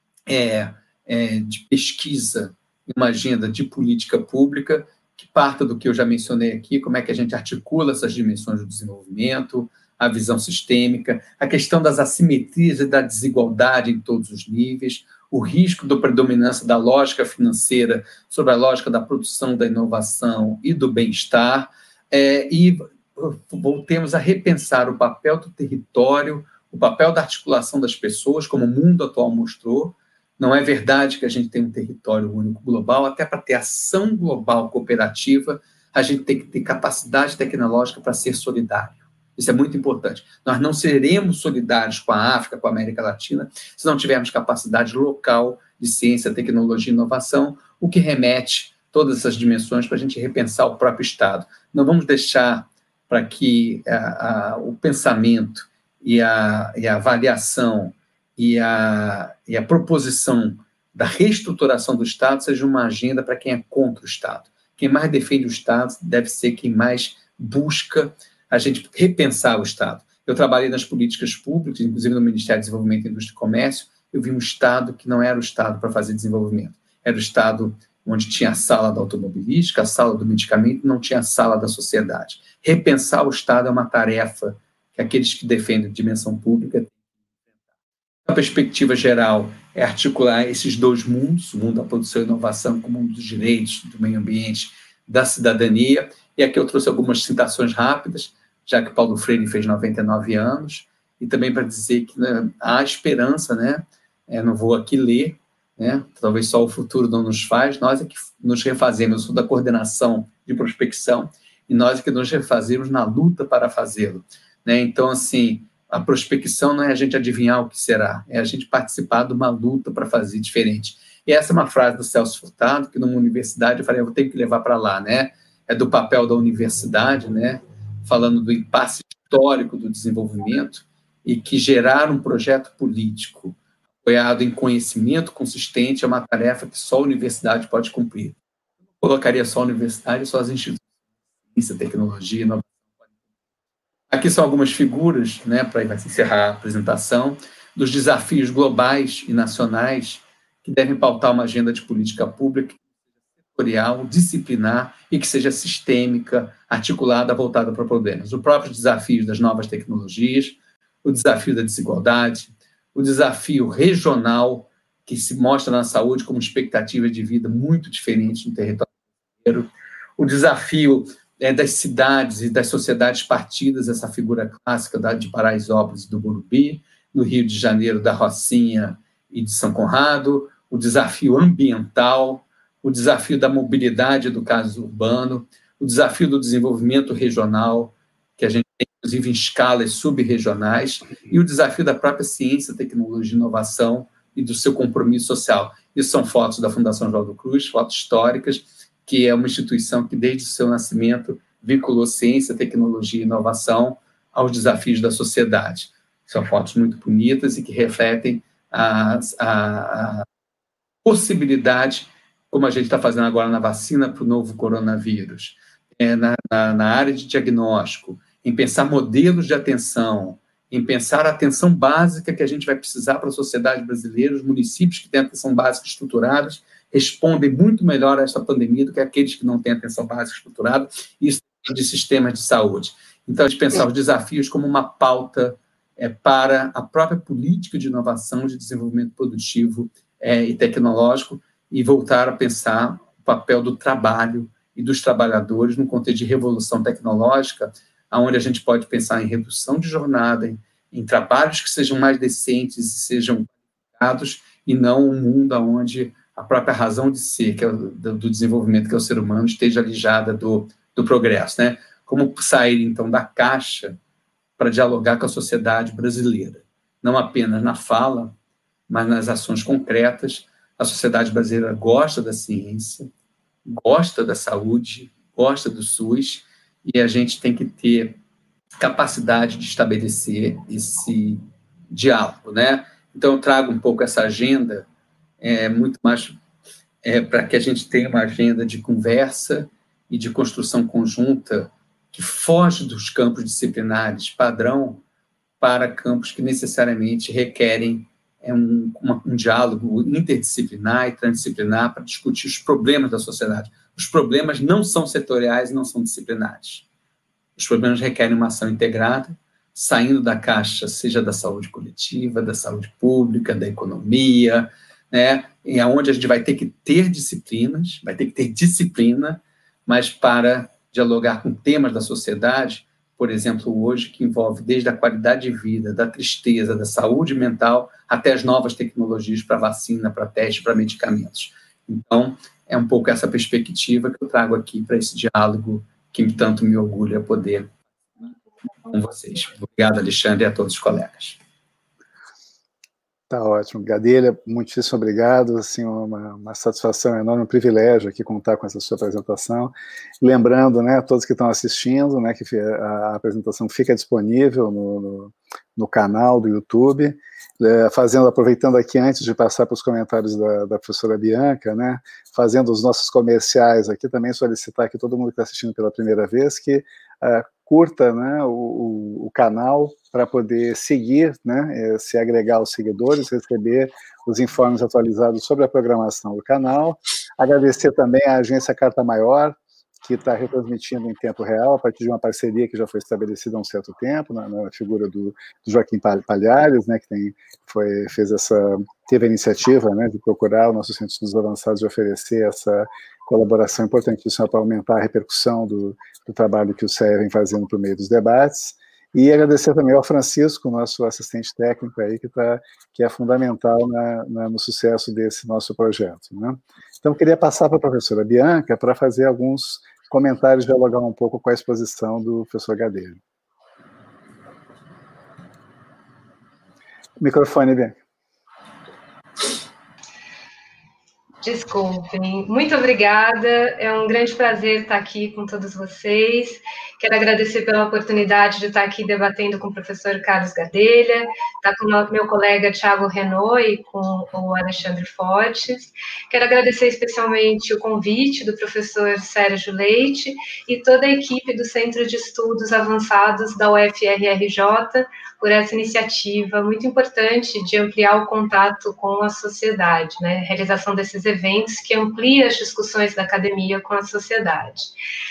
de pesquisa, uma agenda de política pública que parta do que eu já mencionei aqui, como é que a gente articula essas dimensões do desenvolvimento, a visão sistêmica, a questão das assimetrias e da desigualdade em todos os níveis, o risco da predominância da lógica financeira sobre a lógica da produção, da inovação e do bem-estar, e voltemos a repensar o papel do território, o papel da articulação das pessoas, como o mundo atual mostrou. Não é verdade que a gente tem um território único global, até para ter ação global cooperativa, a gente tem que ter capacidade tecnológica para ser solidário. Isso é muito importante. Nós não seremos solidários com a África, com a América Latina, se não tivermos capacidade local de ciência, tecnologia e inovação, o que remete todas essas dimensões para a gente repensar o próprio Estado. Não vamos deixar para que o pensamento e a avaliação e a proposição da reestruturação do Estado seja uma agenda para quem é contra o Estado. Quem mais defende o Estado deve ser quem mais busca a gente repensar o Estado. Eu trabalhei nas políticas públicas, inclusive no Ministério do Desenvolvimento, Indústria e Comércio. Eu vi um Estado que não era o Estado para fazer desenvolvimento. Era o Estado onde tinha a sala da automobilística, a sala do medicamento, não tinha a sala da sociedade. Repensar o Estado é uma tarefa que aqueles que defendem dimensão pública. A perspectiva geral é articular esses dois mundos, o mundo da produção e inovação com o mundo dos direitos, do meio ambiente, da cidadania. E aqui eu trouxe algumas citações rápidas, já que Paulo Freire fez 99 anos, e também para dizer que, né, há esperança, né? Não vou aqui ler, né? Talvez só o futuro não nos faz, nós é que nos refazemos. Eu sou da coordenação de prospecção, e nós é que nos refazemos na luta para fazê-lo, né? Então, assim, a prospecção não é a gente adivinhar o que será, é a gente participar de uma luta para fazer diferente. E essa é uma frase do Celso Furtado, que numa universidade eu falei, eu vou ter que levar para lá, né? É do papel da universidade, né? Falando do impasse histórico do desenvolvimento, e que gerar um projeto político apoiado em conhecimento consistente é uma tarefa que só a universidade pode cumprir. Eu não colocaria só a universidade, só as instituições de ciência, tecnologia, inovação. Aqui são algumas figuras, né, para encerrar a apresentação, dos desafios globais e nacionais que devem pautar uma agenda de política pública setorial, disciplinar e que seja sistêmica, articulada, voltada para problemas. O próprio desafio das novas tecnologias, o desafio da desigualdade, o desafio regional, que se mostra na saúde como expectativa de vida muito diferente no território brasileiro, o desafio das cidades e das sociedades partidas, essa figura clássica de Paraisópolis e do Morumbi, no Rio de Janeiro, da Rocinha e de São Conrado, o desafio ambiental, o desafio da mobilidade do caso urbano, o desafio do desenvolvimento regional, que a gente tem, inclusive, em escalas subregionais, e o desafio da própria ciência, tecnologia e inovação e do seu compromisso social. Isso são fotos da Fundação Oswaldo Cruz, fotos históricas, que é uma instituição que, desde o seu nascimento, vinculou ciência, tecnologia e inovação aos desafios da sociedade. São fotos muito bonitas e que refletem a possibilidade, como a gente está fazendo agora na vacina para o novo coronavírus, na área de diagnóstico, em pensar modelos de atenção, em pensar a atenção básica que a gente vai precisar para a sociedade brasileira. Os municípios que têm atenção básica estruturadas respondem muito melhor a esta pandemia do que aqueles que não têm atenção básica estruturada, isso de sistemas de saúde. Então, a gente pensar os desafios como uma pauta para a própria política de inovação, de desenvolvimento produtivo e tecnológico, e voltar a pensar o papel do trabalho e dos trabalhadores no contexto de revolução tecnológica, onde a gente pode pensar em redução de jornada, em trabalhos que sejam mais decentes e sejam qualificados, e não um mundo onde a própria razão de ser, que é do desenvolvimento, que é o ser humano, esteja alijada do progresso, né? Como sair, então, da caixa para dialogar com a sociedade brasileira, não apenas na fala, mas nas ações concretas. A sociedade brasileira gosta da ciência, gosta da saúde, gosta do SUS, e a gente tem que ter capacidade de estabelecer esse diálogo, né? Então, eu trago um pouco essa agenda, muito mais para que a gente tenha uma agenda de conversa e de construção conjunta que foge dos campos disciplinares padrão para campos que necessariamente requerem um diálogo interdisciplinar e transdisciplinar para discutir os problemas da sociedade. Os problemas não são setoriais e não são disciplinares. Os problemas requerem uma ação integrada, saindo da caixa, seja da saúde coletiva, da saúde pública, da economia, né? E onde a gente vai ter que ter disciplinas, vai ter que ter disciplina, mas para dialogar com temas da sociedade, por exemplo, hoje, que envolve desde a qualidade de vida, da tristeza, da saúde mental, até as novas tecnologias para vacina, para teste, para medicamentos. Então, é um pouco essa perspectiva que eu trago aqui para esse diálogo que tanto me orgulha poder com vocês. Obrigado, Alexandre, e a todos os colegas. Tá ótimo. Gadelha, muitíssimo obrigado. Assim, uma satisfação enorme, um privilégio aqui contar com essa sua apresentação. Lembrando, né, a todos que estão assistindo, né, que a apresentação fica disponível no canal do YouTube. Aproveitando aqui, antes de passar para os comentários da professora Bianca, né, fazendo os nossos comerciais aqui, também solicitar que todo mundo que está assistindo pela primeira vez que curta, né, o canal para poder seguir, né, se agregar aos seguidores, receber os informes atualizados sobre a programação do canal. Agradecer também à agência Carta Maior, que está retransmitindo em tempo real, a partir de uma parceria que já foi estabelecida há um certo tempo, na figura do Joaquim Palhares, né, que teve a iniciativa, né, de procurar o nosso Centro de Estudos Avançados, de oferecer essa colaboração importantíssima para aumentar a repercussão do trabalho que o CEA vem fazendo por meio dos debates. E agradecer também ao Francisco, nosso assistente técnico aí, que é fundamental no sucesso desse nosso projeto, né? Então, eu queria passar para a professora Bianca para fazer alguns comentários, dialogar um pouco com a exposição do professor Gadelha. Microfone, Bianca. Desculpem. Muito obrigada. É um grande prazer estar aqui com todos vocês. Quero agradecer pela oportunidade de estar aqui debatendo com o professor Carlos Gadelha, estar com o meu colega Thiago Renaud e com o Alexandre Fortes. Quero agradecer especialmente o convite do professor Sérgio Leite e toda a equipe do Centro de Estudos Avançados da UFRRJ por essa iniciativa muito importante de ampliar o contato com a sociedade, né? A realização desses eventos que amplia as discussões da academia com a sociedade.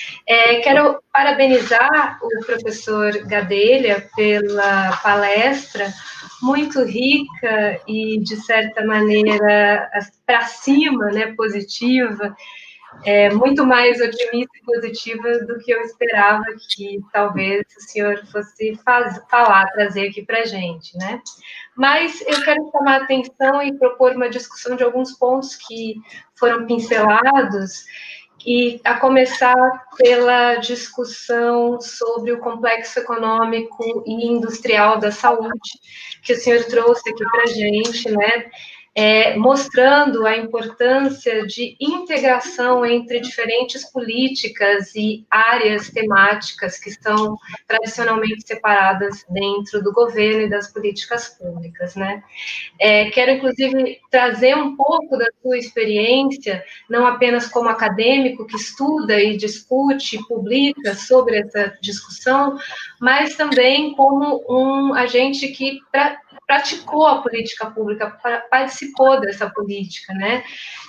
Quero parabenizar o professor Gadelha pela palestra muito rica e, de certa maneira, para cima, né, positiva, muito mais otimista e positiva do que eu esperava que talvez o senhor fosse trazer aqui para a gente, né? Mas eu quero chamar a atenção e propor uma discussão de alguns pontos que foram pincelados, e a começar pela discussão sobre o complexo econômico e industrial da saúde, que o senhor trouxe aqui para a gente, né? Mostrando a importância de integração entre diferentes políticas e áreas temáticas que são tradicionalmente separadas dentro do governo e das políticas públicas, né? Quero, inclusive, trazer um pouco da sua experiência, não apenas como acadêmico que estuda e discute e publica sobre essa discussão, mas também como um agente que praticou a política pública, participou dessa política, né,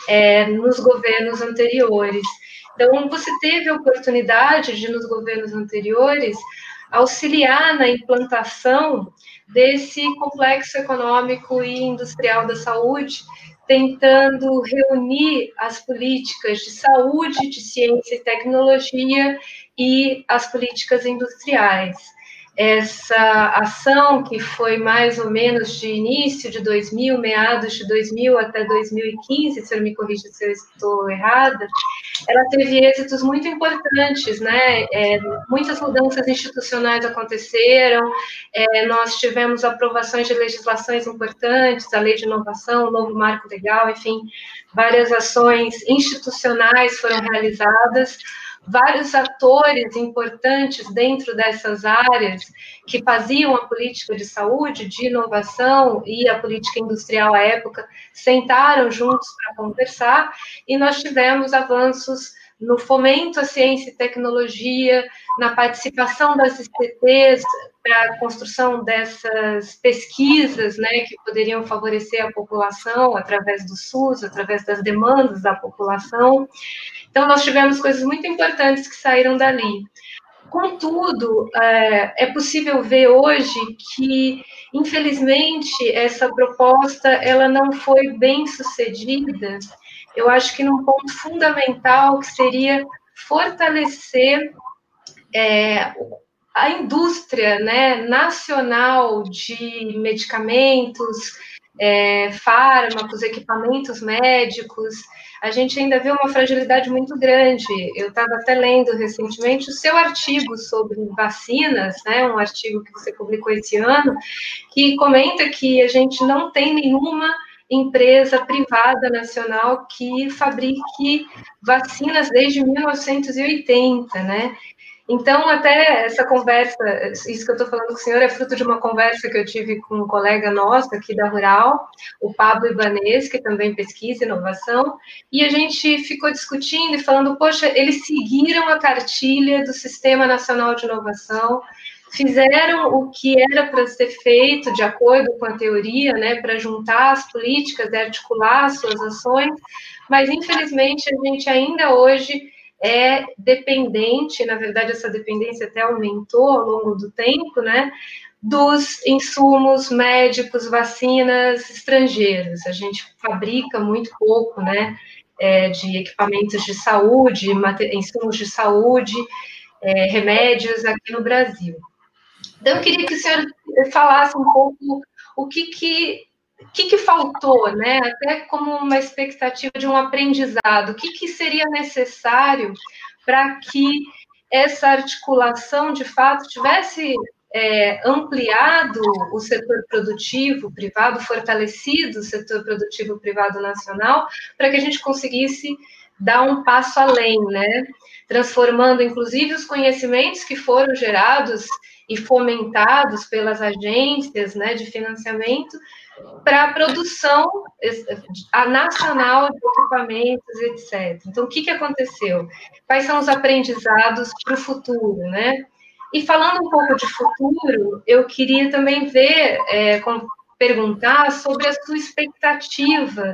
nos governos anteriores. Então, você teve a oportunidade de, nos governos anteriores, auxiliar na implantação desse complexo econômico e industrial da saúde, tentando reunir as políticas de saúde, de ciência e tecnologia e as políticas industriais. Essa ação, que foi mais ou menos de início de 2000, meados de 2000 até 2015, se eu me corrija se eu estou errada, ela teve êxitos muito importantes, né? Muitas mudanças institucionais aconteceram, nós tivemos aprovações de legislações importantes, a Lei de Inovação, o novo marco legal, enfim, várias ações institucionais foram realizadas, vários atores importantes dentro dessas áreas que faziam a política de saúde, de inovação e a política industrial à época, sentaram juntos para conversar, e nós tivemos avanços no fomento à ciência e tecnologia, na participação das ICTs para a construção dessas pesquisas, né, que poderiam favorecer a população através do SUS, através das demandas da população. Então, nós tivemos coisas muito importantes que saíram dali. Contudo, é possível ver hoje que, infelizmente, essa proposta ela não foi bem sucedida. Eu acho que num ponto fundamental, que seria fortalecer a indústria, né, nacional de medicamentos, fármacos, equipamentos médicos, a gente ainda vê uma fragilidade muito grande. Eu estava até lendo recentemente o seu artigo sobre vacinas, né, um artigo que você publicou esse ano, que comenta que a gente não tem nenhuma empresa privada nacional que fabrique vacinas desde 1980, né? Então, até essa conversa, isso que eu estou falando com o senhor é fruto de uma conversa que eu tive com um colega nosso aqui da Rural, o Pablo Ibanez, que também pesquisa inovação, e a gente ficou discutindo e falando, poxa, eles seguiram a cartilha do Sistema Nacional de Inovação, fizeram o que era para ser feito de acordo com a teoria, né, para juntar as políticas e articular suas ações, mas infelizmente a gente ainda hoje é dependente, na verdade essa dependência até aumentou ao longo do tempo, né, dos insumos médicos, vacinas estrangeiros. A gente fabrica muito pouco, né, de equipamentos de saúde, insumos de saúde, remédios aqui no Brasil. Então, eu queria que o senhor falasse um pouco o que faltou, né? Até como uma expectativa de um aprendizado. O que seria necessário para que essa articulação, de fato, tivesse ampliado o setor produtivo privado, fortalecido o setor produtivo privado nacional, para que a gente conseguisse dar um passo além, né? Transformando, inclusive, os conhecimentos que foram gerados e fomentados pelas agências, né, de financiamento para a produção nacional de equipamentos, etc. Então, o que aconteceu? Quais são os aprendizados para o futuro, né? E falando um pouco de futuro, eu queria também perguntar sobre a sua expectativa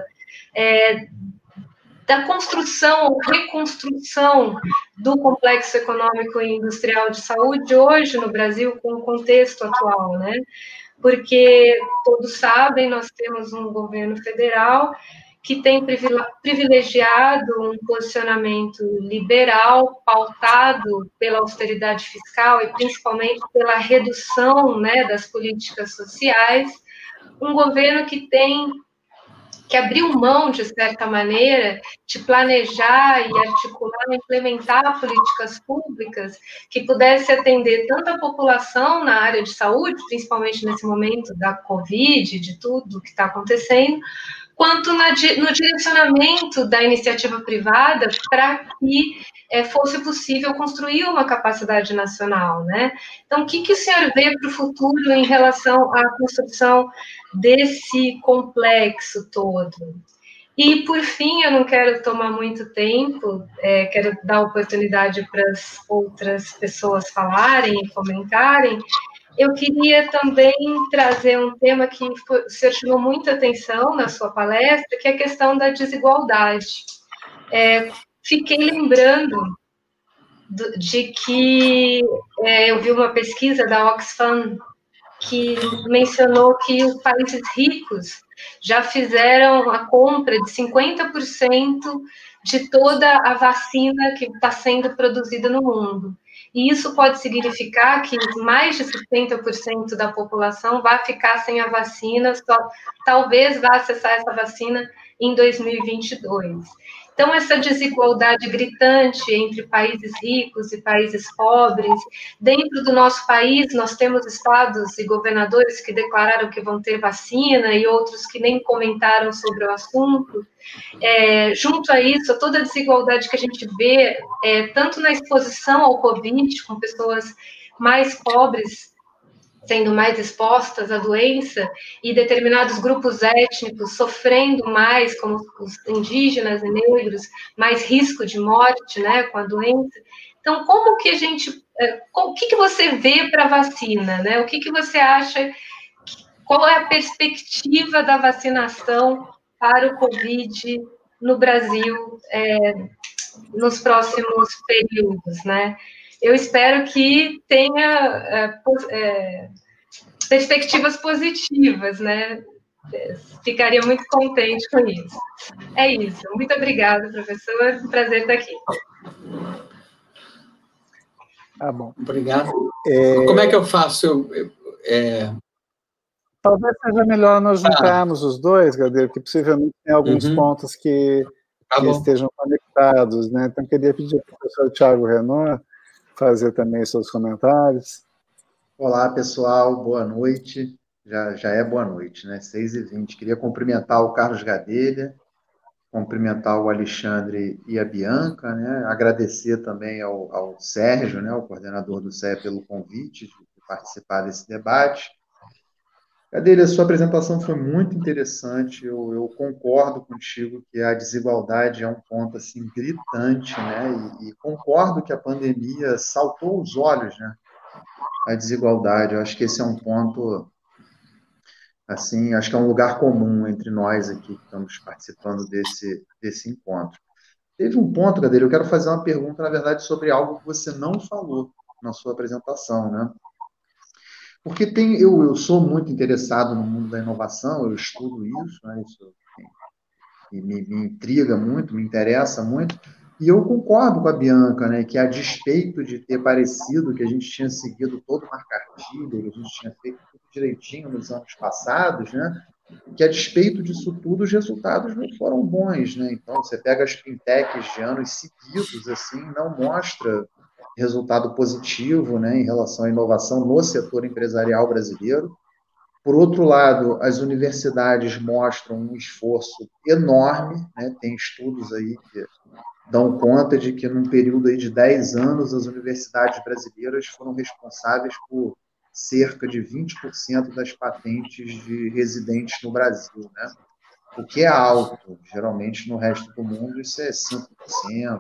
da construção ou reconstrução do complexo econômico e industrial de saúde hoje no Brasil, com o contexto atual, né? Porque todos sabem, nós temos um governo federal que tem privilegiado um posicionamento liberal, pautado pela austeridade fiscal e principalmente pela redução, né, das políticas sociais, um governo que abriu mão, de certa maneira, de planejar e articular, implementar políticas públicas que pudesse atender tanto a população na área de saúde, principalmente nesse momento da Covid, de tudo que está acontecendo, quanto no direcionamento da iniciativa privada para que fosse possível construir uma capacidade nacional, né? Então, o que o senhor vê para o futuro em relação à construção desse complexo todo? E, por fim, eu não quero tomar muito tempo, quero dar oportunidade para as outras pessoas falarem e comentarem. Eu queria também trazer um tema que o senhor chamou muita atenção na sua palestra, que é a questão da desigualdade. Fiquei lembrando de que eu vi uma pesquisa da Oxfam que mencionou que os países ricos já fizeram a compra de 50% de toda a vacina que está sendo produzida no mundo. E isso pode significar que mais de 70% da população vai ficar sem a vacina, talvez vá acessar essa vacina em 2022. Então, essa desigualdade gritante entre países ricos e países pobres, dentro do nosso país, nós temos estados e governadores que declararam que vão ter vacina e outros que nem comentaram sobre o assunto. Junto a isso, toda a desigualdade que a gente vê, tanto na exposição ao Covid, com pessoas mais pobres sendo mais expostas à doença, e determinados grupos étnicos sofrendo mais, como os indígenas e negros, mais risco de morte, né, com a doença. Então, como que a gente... o que você vê para a vacina, né? O que você acha... Qual é a perspectiva da vacinação para o Covid no Brasil nos próximos períodos, né? Eu espero que tenha perspectivas positivas, né? Ficaria muito contente com isso. É isso. Muito obrigada, professor. Um prazer estar aqui. Ah, bom. Obrigado. Como é que eu faço? Talvez seja melhor nós juntarmos os dois, Gadeira, porque possivelmente tem alguns pontos que estejam conectados, né? Então, queria pedir para o professor Thiago Renaud fazer também seus comentários. Olá, pessoal, boa noite. Já é boa noite, né? 6h20. Queria cumprimentar o Carlos Gadelha, cumprimentar o Alexandre e a Bianca, né? Agradecer também ao Sérgio, né? O coordenador do CEA, pelo convite de participar desse debate. Gadelha, a sua apresentação foi muito interessante. Eu concordo contigo que a desigualdade é um ponto assim gritante, né? E concordo que a pandemia saltou os olhos, né? A desigualdade. Eu acho que esse é um ponto, assim, acho que é um lugar comum entre nós aqui que estamos participando desse encontro. Teve um ponto, Gadelha, eu quero fazer uma pergunta, na verdade, sobre algo que você não falou na sua apresentação, né? Porque eu sou muito interessado no mundo da inovação, eu estudo isso, né? Isso me intriga muito, me interessa muito, e eu concordo com a Bianca, né, que a despeito de ter parecido que a gente tinha seguido todo o marca-artigo, que a gente tinha feito tudo direitinho nos anos passados, né, que a despeito disso tudo, os resultados não foram bons, né? Então, você pega as fintechs de anos seguidos, assim, não mostra resultado positivo, né, em relação à inovação no setor empresarial brasileiro. Por outro lado, as universidades mostram um esforço enorme, né? Tem estudos aí que dão conta de que, num período aí de 10 anos, as universidades brasileiras foram responsáveis por cerca de 20% das patentes de residentes no Brasil, né? O que é alto. Geralmente, no resto do mundo, isso é 5%,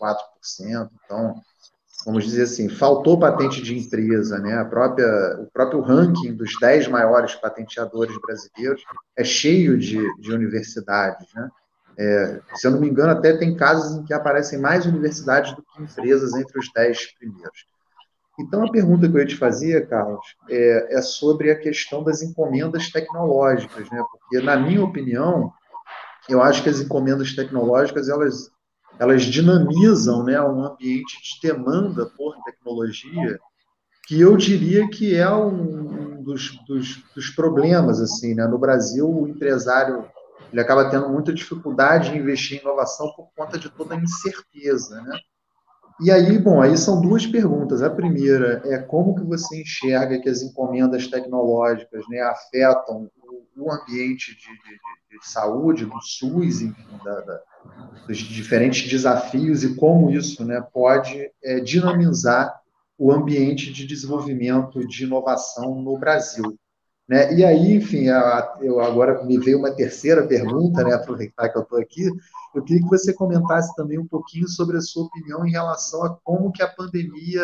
4%. Então, vamos dizer assim, faltou patente de empresa, né? O próprio ranking dos 10 maiores patenteadores brasileiros é cheio de universidades, né? Se eu não me engano, até tem casos em que aparecem mais universidades do que empresas entre os 10 primeiros. Então, a pergunta que eu ia te fazer, Carlos, é sobre a questão das encomendas tecnológicas, né? Porque, na minha opinião, eu acho que as encomendas tecnológicas, elas dinamizam, né, um ambiente de demanda por tecnologia, que eu diria que é um dos problemas, assim, né? No Brasil, o empresário ele acaba tendo muita dificuldade em investir em inovação por conta de toda a incerteza, né? E aí, bom, aí são duas perguntas. A primeira é como que você enxerga que as encomendas tecnológicas, né, afetam o ambiente de saúde, do SUS, enfim, dos diferentes desafios e como isso, né, pode dinamizar o ambiente de desenvolvimento de inovação no Brasil, né? E aí, enfim, eu agora me veio uma terceira pergunta, né, aproveitar que eu estou aqui, eu queria que você comentasse também um pouquinho sobre a sua opinião em relação a como que a pandemia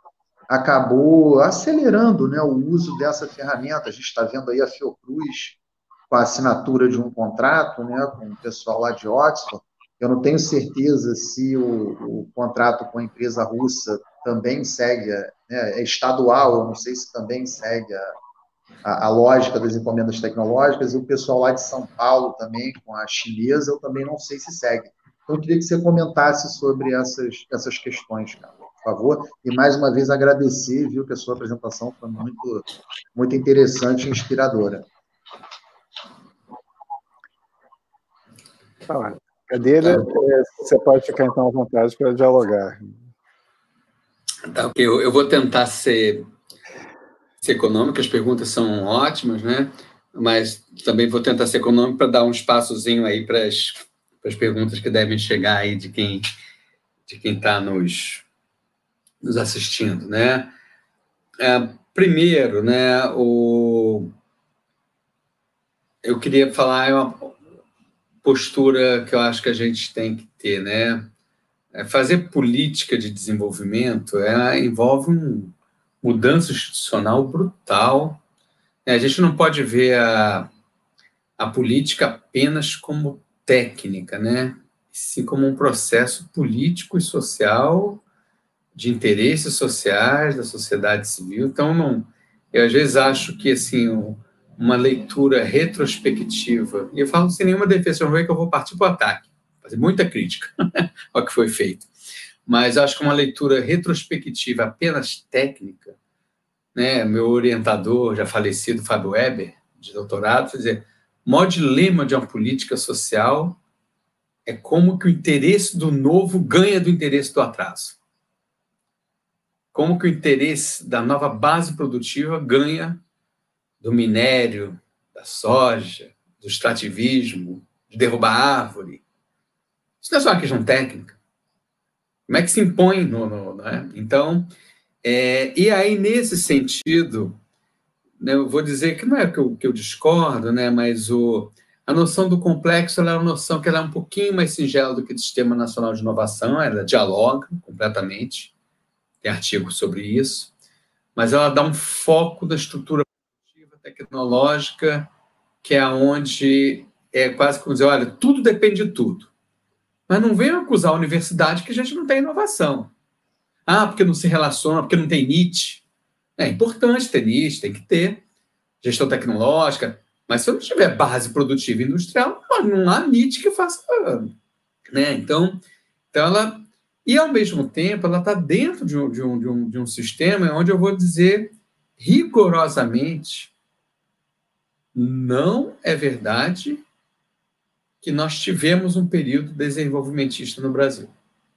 acabou acelerando, né, o uso dessa ferramenta. A gente está vendo aí a Fiocruz com a assinatura de um contrato, né, com o pessoal lá de Oxford. Eu não tenho certeza se o contrato com a empresa russa também segue, né, é estadual, eu não sei se também segue a lógica das encomendas tecnológicas, e o pessoal lá de São Paulo também, com a chinesa, eu também não sei se segue. Então, eu queria que você comentasse sobre essas questões, cara, por favor. E, mais uma vez, agradecer, viu, que a sua apresentação foi muito, muito interessante e inspiradora. Gadelha, você pode ficar, então, à vontade para dialogar. Tá, ok. Eu vou tentar ser econômico, as perguntas são ótimas, né? Mas também vou tentar ser econômico para dar um espaçozinho aí para as perguntas que devem chegar aí de quem está nos assistindo, né? Primeiro, né, eu queria falar uma postura que eu acho que a gente tem que ter, né? Fazer política de desenvolvimento envolve mudança institucional brutal. A gente não pode ver a política apenas como técnica, né? Sim como um processo político e social de interesses sociais da sociedade civil. Então, eu às vezes acho que assim, uma leitura retrospectiva, e eu falo sem nenhuma defesa, não é que eu vou partir para o ataque, fazer muita crítica ao que foi feito, mas acho que uma leitura retrospectiva apenas técnica, né? Meu orientador, já falecido, Fábio Weber, de doutorado, foi dizer, o maior dilema de uma política social é como que o interesse do novo ganha do interesse do atraso. Como que o interesse da nova base produtiva ganha do minério, da soja, do extrativismo, de derrubar árvore. Isso não é só uma questão técnica. Como é que se impõe né? Então, e aí, nesse sentido, né, eu vou dizer que não é que eu discordo, né, mas a noção do complexo ela é uma noção que ela é um pouquinho mais singela do que o Sistema Nacional de Inovação, ela dialoga completamente, tem artigos sobre isso, mas ela dá um foco da estrutura produtiva, tecnológica, que é onde é quase como dizer, olha, tudo depende de tudo. Mas não venham acusar a universidade que a gente não tem inovação. Ah, porque não se relaciona, porque não tem NIT. É importante ter NIT, tem que ter gestão tecnológica, mas se eu não tiver base produtiva industrial, não há NIT que faça. Né? Então ela. E, ao mesmo tempo, ela está dentro de um sistema onde eu vou dizer rigorosamente não é verdade que nós tivemos um período desenvolvimentista no Brasil.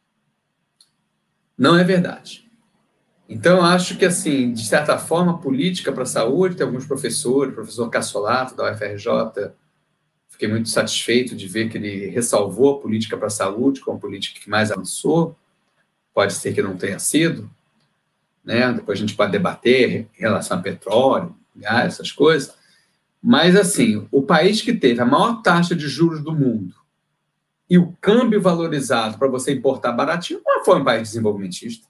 Não é verdade. Então, eu acho que, assim, de certa forma, a política para a saúde, tem alguns professores, o professor Cassolato, da UFRJ, fiquei muito satisfeito de ver que ele ressalvou a política para a saúde como a política que mais avançou, pode ser que não tenha sido, né? Depois a gente pode debater em relação a petróleo, gás, essas coisas, mas, assim, o país que teve a maior taxa de juros do mundo e o câmbio valorizado para você importar baratinho não foi um país desenvolvimentista.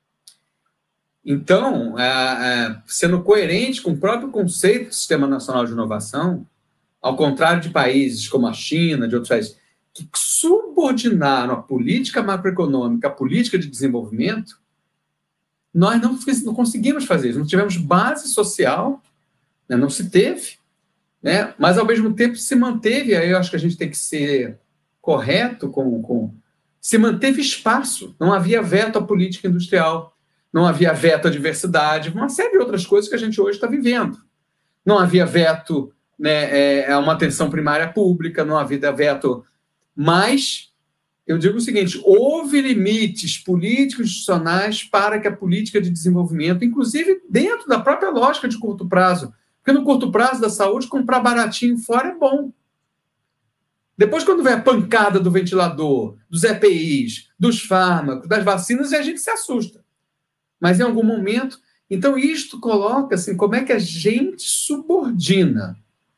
Então, sendo coerente com o próprio conceito do Sistema Nacional de Inovação, ao contrário de países como a China, de outros países, que subordinaram a política macroeconômica à política de desenvolvimento, nós não conseguimos fazer isso. Não tivemos base social, né? Não se teve, né? Mas, ao mesmo tempo, se manteve, aí eu acho que a gente tem que ser correto se manteve espaço, não havia veto à política industrial, não havia veto à diversidade, uma série de outras coisas que a gente hoje está vivendo. Não havia veto, né, a uma atenção primária pública, não havia veto, mas eu digo o seguinte, houve limites políticos institucionais para que a política de desenvolvimento, inclusive dentro da própria lógica de curto prazo, porque no curto prazo da saúde, comprar baratinho fora é bom. Depois, quando vem a pancada do ventilador, dos EPIs, dos fármacos, das vacinas, a gente se assusta. Mas, em algum momento... Então, isto coloca assim, como é que a gente subordina.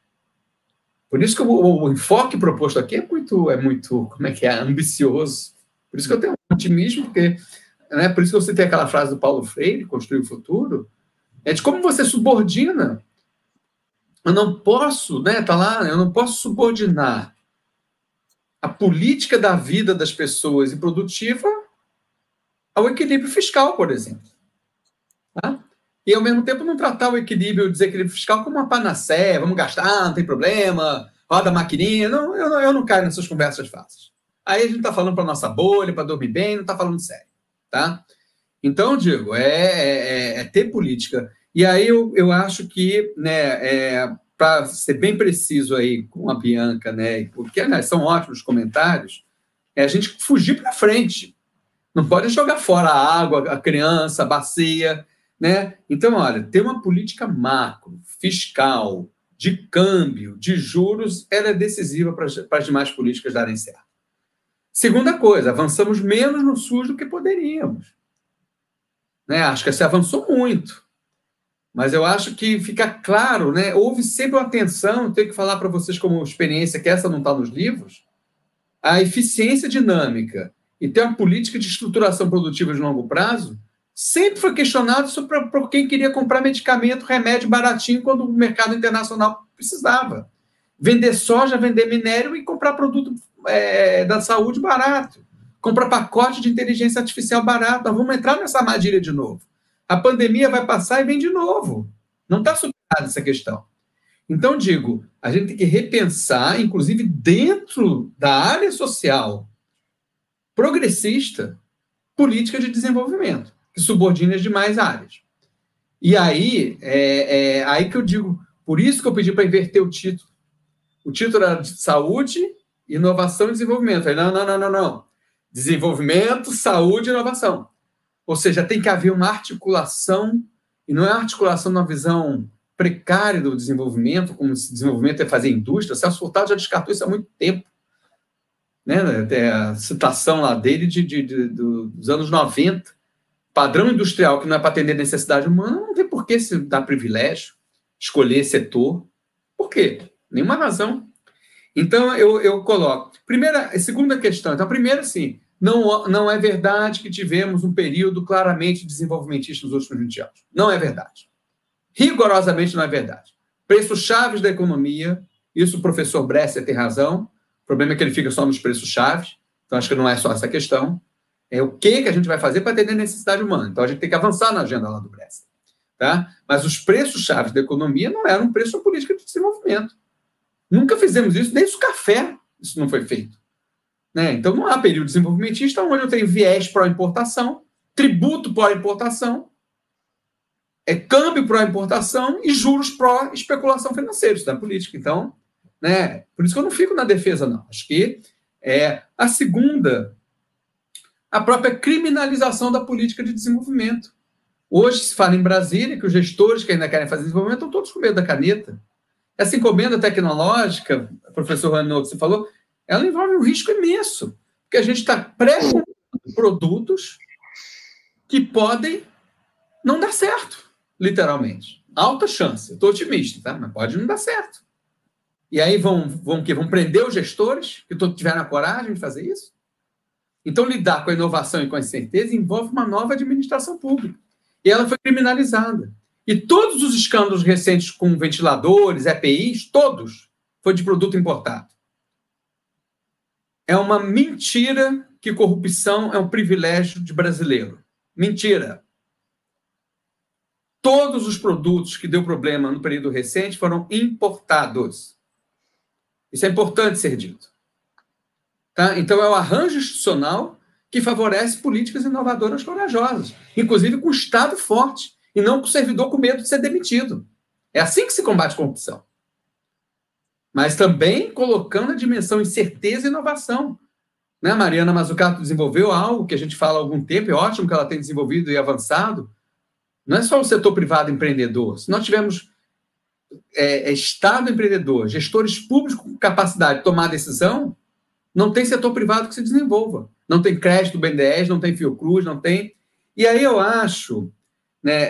Por isso que o enfoque proposto aqui é muito como é que é, ambicioso. Por isso que eu tenho um otimismo, porque, né, por isso que eu citei aquela frase do Paulo Freire, Construir o Futuro, é de como você subordina. Eu não posso, né, tá lá, eu não posso subordinar a política da vida das pessoas e produtiva ao equilíbrio fiscal, por exemplo. Tá? E, ao mesmo tempo, não tratar o equilíbrio, o desequilíbrio fiscal como uma panaceia, vamos gastar, não tem problema, roda a maquininha. Não, eu não caio nessas conversas fáceis. Aí a gente está falando para a nossa bolha, para dormir bem, não está falando sério. Tá? Então, eu digo, ter política. E aí eu acho que, né, para ser bem preciso aí com a Bianca, né, porque, né, são ótimos comentários, a gente fugir para frente. Não pode jogar fora a água, a criança, a bacia, né? Então, olha, ter uma política macro, fiscal, de câmbio, de juros, ela é decisiva para as demais políticas darem certo. Segunda coisa, avançamos menos no SUS do que poderíamos. Né? Acho que se avançou muito. Mas eu acho que fica claro, né? Houve sempre uma tensão, tenho que falar para vocês como experiência, que essa não está nos livros, a eficiência dinâmica e ter uma política de estruturação produtiva de longo prazo sempre foi questionado por quem queria comprar medicamento, remédio baratinho quando o mercado internacional precisava. Vender soja, vender minério e comprar produto da saúde barato. Comprar pacote de inteligência artificial barato. Nós vamos entrar nessa armadilha de novo. A pandemia vai passar e vem de novo. Não está superada essa questão. Então, digo, a gente tem que repensar, inclusive dentro da área social progressista, política de desenvolvimento, que subordina as demais áreas. E aí, aí que eu digo, Por isso que eu pedi para inverter o título. O título era de Saúde, Inovação e Desenvolvimento. Aí, não. Desenvolvimento, saúde e inovação. Ou seja, tem que haver uma articulação, e não é articulação numa visão precária do desenvolvimento, como se desenvolvimento é fazer indústria. O Celso Furtado já descartou isso há muito tempo. Né? Tem a citação lá dele dos anos 90. Padrão industrial que não é para atender necessidade humana, não tem por que se dar privilégio, escolher setor. Por quê? Nenhuma razão. Então, eu coloco. Segunda questão. Então, a primeira, sim, não é verdade que tivemos um período claramente desenvolvimentista nos últimos 20 anos. Não é verdade. Rigorosamente não é verdade. Preços chaves da economia, isso o professor Bresser tem razão, o problema é que ele fica só nos preços chaves, então acho que não é só essa questão. É o que a gente vai fazer para atender a necessidade humana. Então, a gente tem que avançar na agenda lá do Bresser. Tá? Mas os preços chaves da economia não eram um preço da política de desenvolvimento. Nunca fizemos isso, desde o café isso não foi feito. Né? Então, não há período desenvolvimentista onde eu tenho viés pró-importação, tributo pró-importação, câmbio pró-importação e juros pró-especulação financeira. Isso não é política. Então, né? Por isso que eu não fico na defesa, não. Acho que a segunda, a própria criminalização da política de desenvolvimento. Hoje se fala em Brasília que os gestores que ainda querem fazer desenvolvimento estão todos com medo da caneta. Essa encomenda tecnológica, professor Renaud, que você falou, ela envolve um risco imenso, porque a gente está pré-comprando produtos que podem não dar certo, literalmente. Alta chance, eu estou otimista, tá? Mas pode não dar certo. E aí vão prender os gestores que tiveram a coragem de fazer isso? Então, lidar com a inovação e com a incerteza envolve uma nova administração pública. E ela foi criminalizada. E todos os escândalos recentes com ventiladores, EPIs, todos, foi de produto importado. É uma mentira que corrupção é um privilégio de brasileiro. Mentira. Todos os produtos que deu problema no período recente foram importados. Isso é importante ser dito. Tá? Então, é o arranjo institucional que favorece políticas inovadoras corajosas, inclusive com o Estado forte, e não com o servidor com medo de ser demitido. É assim que se combate a corrupção. Mas também colocando a dimensão incerteza e inovação. Né? A Mariana Mazzucato desenvolveu algo que a gente fala há algum tempo, é ótimo que ela tenha desenvolvido e avançado. Não é só o setor privado empreendedor. Se nós tivermos Estado empreendedor, gestores públicos com capacidade de tomar decisão, não tem setor privado que se desenvolva. Não tem crédito do BNDES, não tem Fiocruz, não tem... E aí eu acho, né,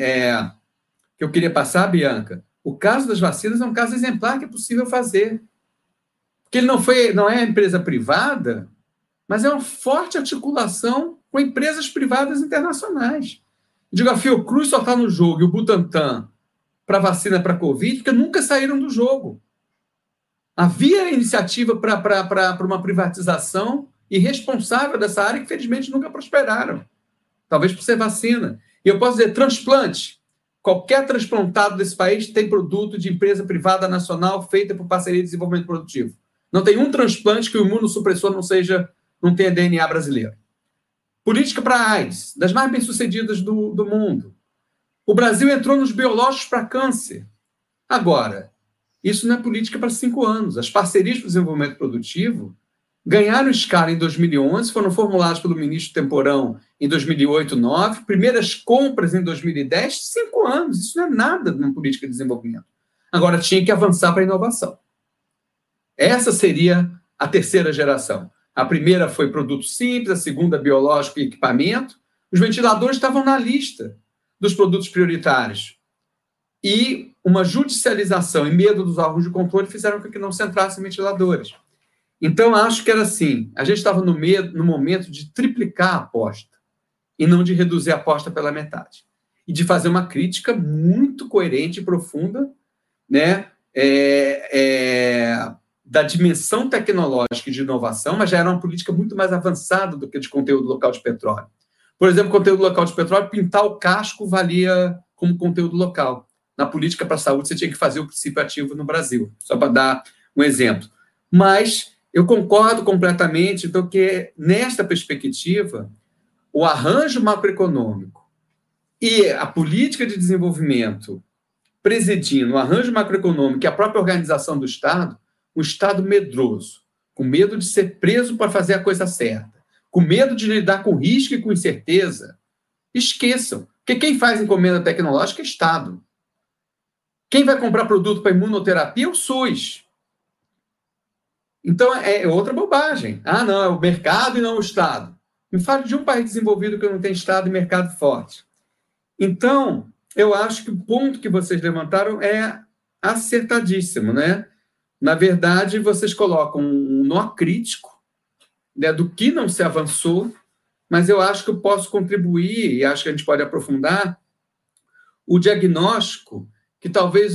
que eu queria passar, Bianca, o caso das vacinas é um caso exemplar que é possível fazer. Porque ele não é empresa privada, mas é uma forte articulação com empresas privadas internacionais. Eu digo, a Fiocruz só está no jogo e o Butantan para vacina para Covid, porque nunca saíram do jogo. Havia iniciativa para uma privatização irresponsável dessa área que, infelizmente, nunca prosperaram. Talvez por ser vacina. E eu posso dizer, transplante. Qualquer transplantado desse país tem produto de empresa privada nacional feita por parceria de desenvolvimento produtivo. Não tem um transplante que o imunossupressor não tenha DNA brasileiro. Política para AIDS, das mais bem-sucedidas do mundo. O Brasil entrou nos biológicos para câncer. Agora, isso não é política para 5 anos. As parcerias para o desenvolvimento produtivo ganharam escala em 2011, foram formuladas pelo ministro Temporão em 2008, 2009, primeiras compras em 2010, 5 anos. Isso não é nada numa política de desenvolvimento. Agora, tinha que avançar para a inovação. Essa seria a terceira geração. A primeira foi produto simples, a segunda biológico e equipamento. Os ventiladores estavam na lista dos produtos prioritários. E uma judicialização e medo dos órgãos de controle fizeram com que não se entrassem ventiladores. Então, acho que era assim, a gente estava no momento de triplicar a aposta e não de reduzir a aposta pela metade. E de fazer uma crítica muito coerente e profunda, né, da dimensão tecnológica e de inovação, mas já era uma política muito mais avançada do que de conteúdo local de petróleo. Por exemplo, conteúdo local de petróleo, pintar o casco valia como conteúdo local. Na política para a saúde, você tinha que fazer o princípio ativo no Brasil, só para dar um exemplo. Mas eu concordo completamente, então, que nesta perspectiva, o arranjo macroeconômico e a política de desenvolvimento presidindo o arranjo macroeconômico e a própria organização do Estado, um Estado medroso, com medo de ser preso para fazer a coisa certa, com medo de lidar com risco e com incerteza, esqueçam. Porque quem faz encomenda tecnológica é Estado. Quem vai comprar produto para imunoterapia é o SUS. Então, é outra bobagem. Ah, não, é o mercado e não o Estado. Me fale de um país desenvolvido que não tem Estado e mercado forte. Então, eu acho que o ponto que vocês levantaram é acertadíssimo, né? Na verdade, vocês colocam um nó crítico, né, do que não se avançou, mas eu acho que eu posso contribuir, e acho que a gente pode aprofundar, o diagnóstico, que talvez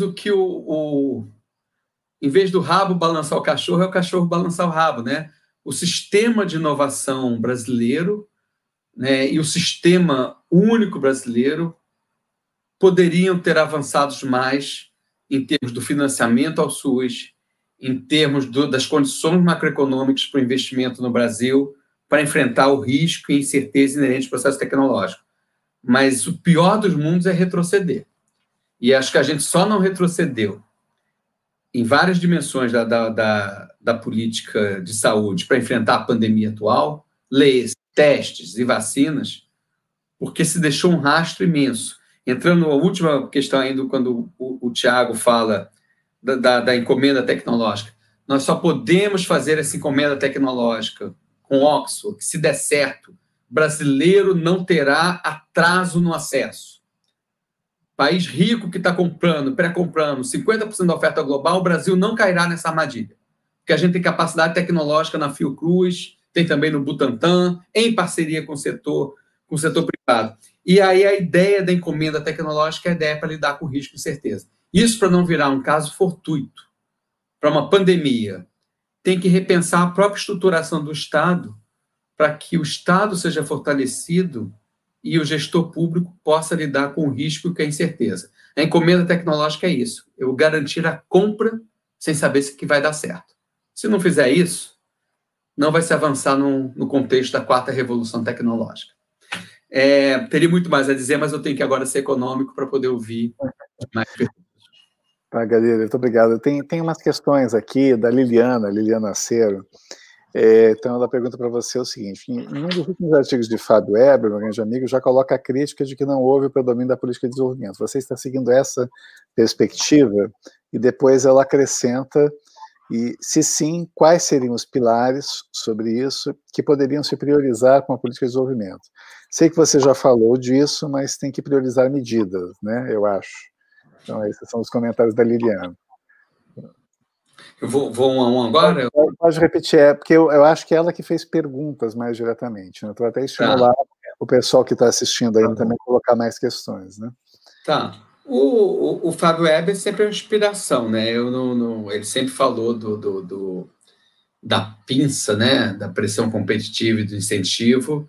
em vez do rabo balançar o cachorro, é o cachorro balançar o rabo, né? O sistema de inovação brasileiro, né, e o sistema único brasileiro poderiam ter avançado mais em termos do financiamento ao SUS, em termos das condições macroeconômicas para o investimento no Brasil, para enfrentar o risco e incerteza inerente ao processo tecnológico. Mas o pior dos mundos é retroceder. E acho que a gente só não retrocedeu em várias dimensões da política de saúde para enfrentar a pandemia atual, leis, testes e vacinas, porque se deixou um rastro imenso. Entrando na última questão ainda, quando o Tiago fala da encomenda tecnológica, nós só podemos fazer essa encomenda tecnológica com Oxford, que se der certo, brasileiro não terá atraso no acesso. País rico que está pré-comprando 50% da oferta global, o Brasil não cairá nessa armadilha. Porque a gente tem capacidade tecnológica na Fiocruz, tem também no Butantan, em parceria com o setor privado. E aí a ideia da encomenda tecnológica é a ideia para lidar com risco e incerteza. Isso para não virar um caso fortuito, para uma pandemia. Tem que repensar a própria estruturação do Estado para que o Estado seja fortalecido e o gestor público possa lidar com o risco e com a incerteza. A encomenda tecnológica é isso, eu garantir a compra sem saber se que vai dar certo. Se não fizer isso, não vai se avançar no contexto da 4ª revolução tecnológica. Teria muito mais a dizer, mas eu tenho que agora ser econômico para poder ouvir mais perguntas. Tá, Gadelha, muito obrigado. Tem umas questões aqui da Liliana Acero. Então, ela pergunta para você o seguinte: em um dos últimos artigos de Fábio Weber, no Grande Amigo, já coloca a crítica de que não houve o predomínio da política de desenvolvimento. Você está seguindo essa perspectiva? E depois ela acrescenta, e se sim, quais seriam os pilares sobre isso que poderiam se priorizar com a política de desenvolvimento? Sei que você já falou disso, mas tem que priorizar medidas, né, eu acho. Então, esses são os comentários da Liliana. Eu vou um a um agora? Pode repetir, porque eu acho que é ela que fez perguntas mais diretamente, né? Então, até estimular o pessoal que está assistindo aí também a colocar mais questões, né? Tá. O Fábio Weber sempre é uma inspiração, né? Ele sempre falou da pinça, né? Da pressão competitiva e do incentivo,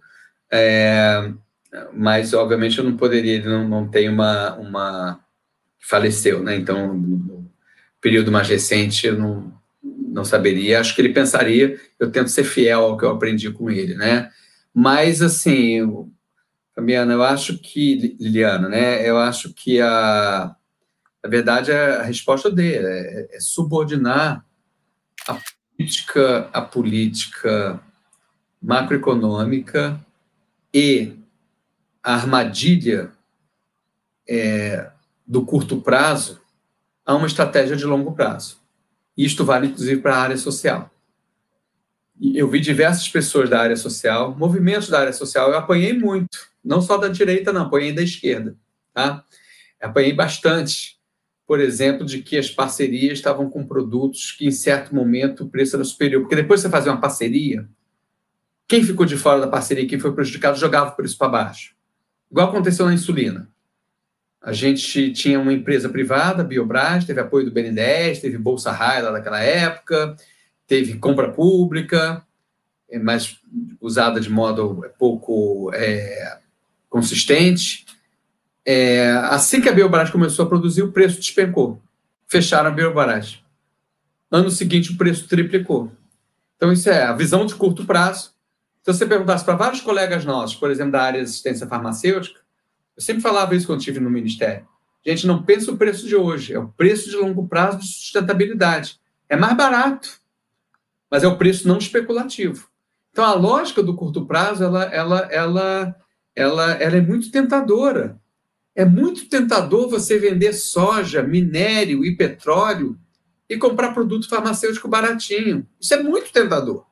mas, obviamente, eu não poderia, ele não tem uma faleceu, né? Então, no período mais recente, eu não saberia. Acho que ele pensaria, eu tento ser fiel ao que eu aprendi com ele, né? Mas, assim, Fabiana, eu acho que, Liliana, né? Eu acho que, na verdade, a resposta dele é subordinar a política macroeconômica e a armadilha do curto prazo a uma estratégia de longo prazo. Isto vale, inclusive, para a área social. E eu vi diversas pessoas da área social, movimentos da área social, eu apanhei muito, não só da direita, não, apanhei da esquerda. Tá? Apanhei bastante, por exemplo, de que as parcerias estavam com produtos que, em certo momento, o preço era superior. Porque depois de você fazer uma parceria, quem ficou de fora da parceria, quem foi prejudicado, jogava o preço para baixo. Igual aconteceu na insulina. A gente tinha uma empresa privada, a Biobras, teve apoio do BNDES, teve Bolsa Raia lá naquela época, teve compra pública, mas usada de modo pouco consistente. Assim que a Biobras começou a produzir, o preço despencou. Fecharam a Biobras. Ano seguinte, o preço triplicou. Então, isso é a visão de curto prazo. Se você perguntasse para vários colegas nossos, por exemplo, da área de assistência farmacêutica, eu sempre falava isso quando estive no Ministério. A gente não pensa o preço de hoje, é o preço de longo prazo de sustentabilidade. É mais barato, mas é o preço não especulativo. Então, a lógica do curto prazo, ela é muito tentadora. É muito tentador você vender soja, minério e petróleo e comprar produto farmacêutico baratinho. Isso é muito tentador.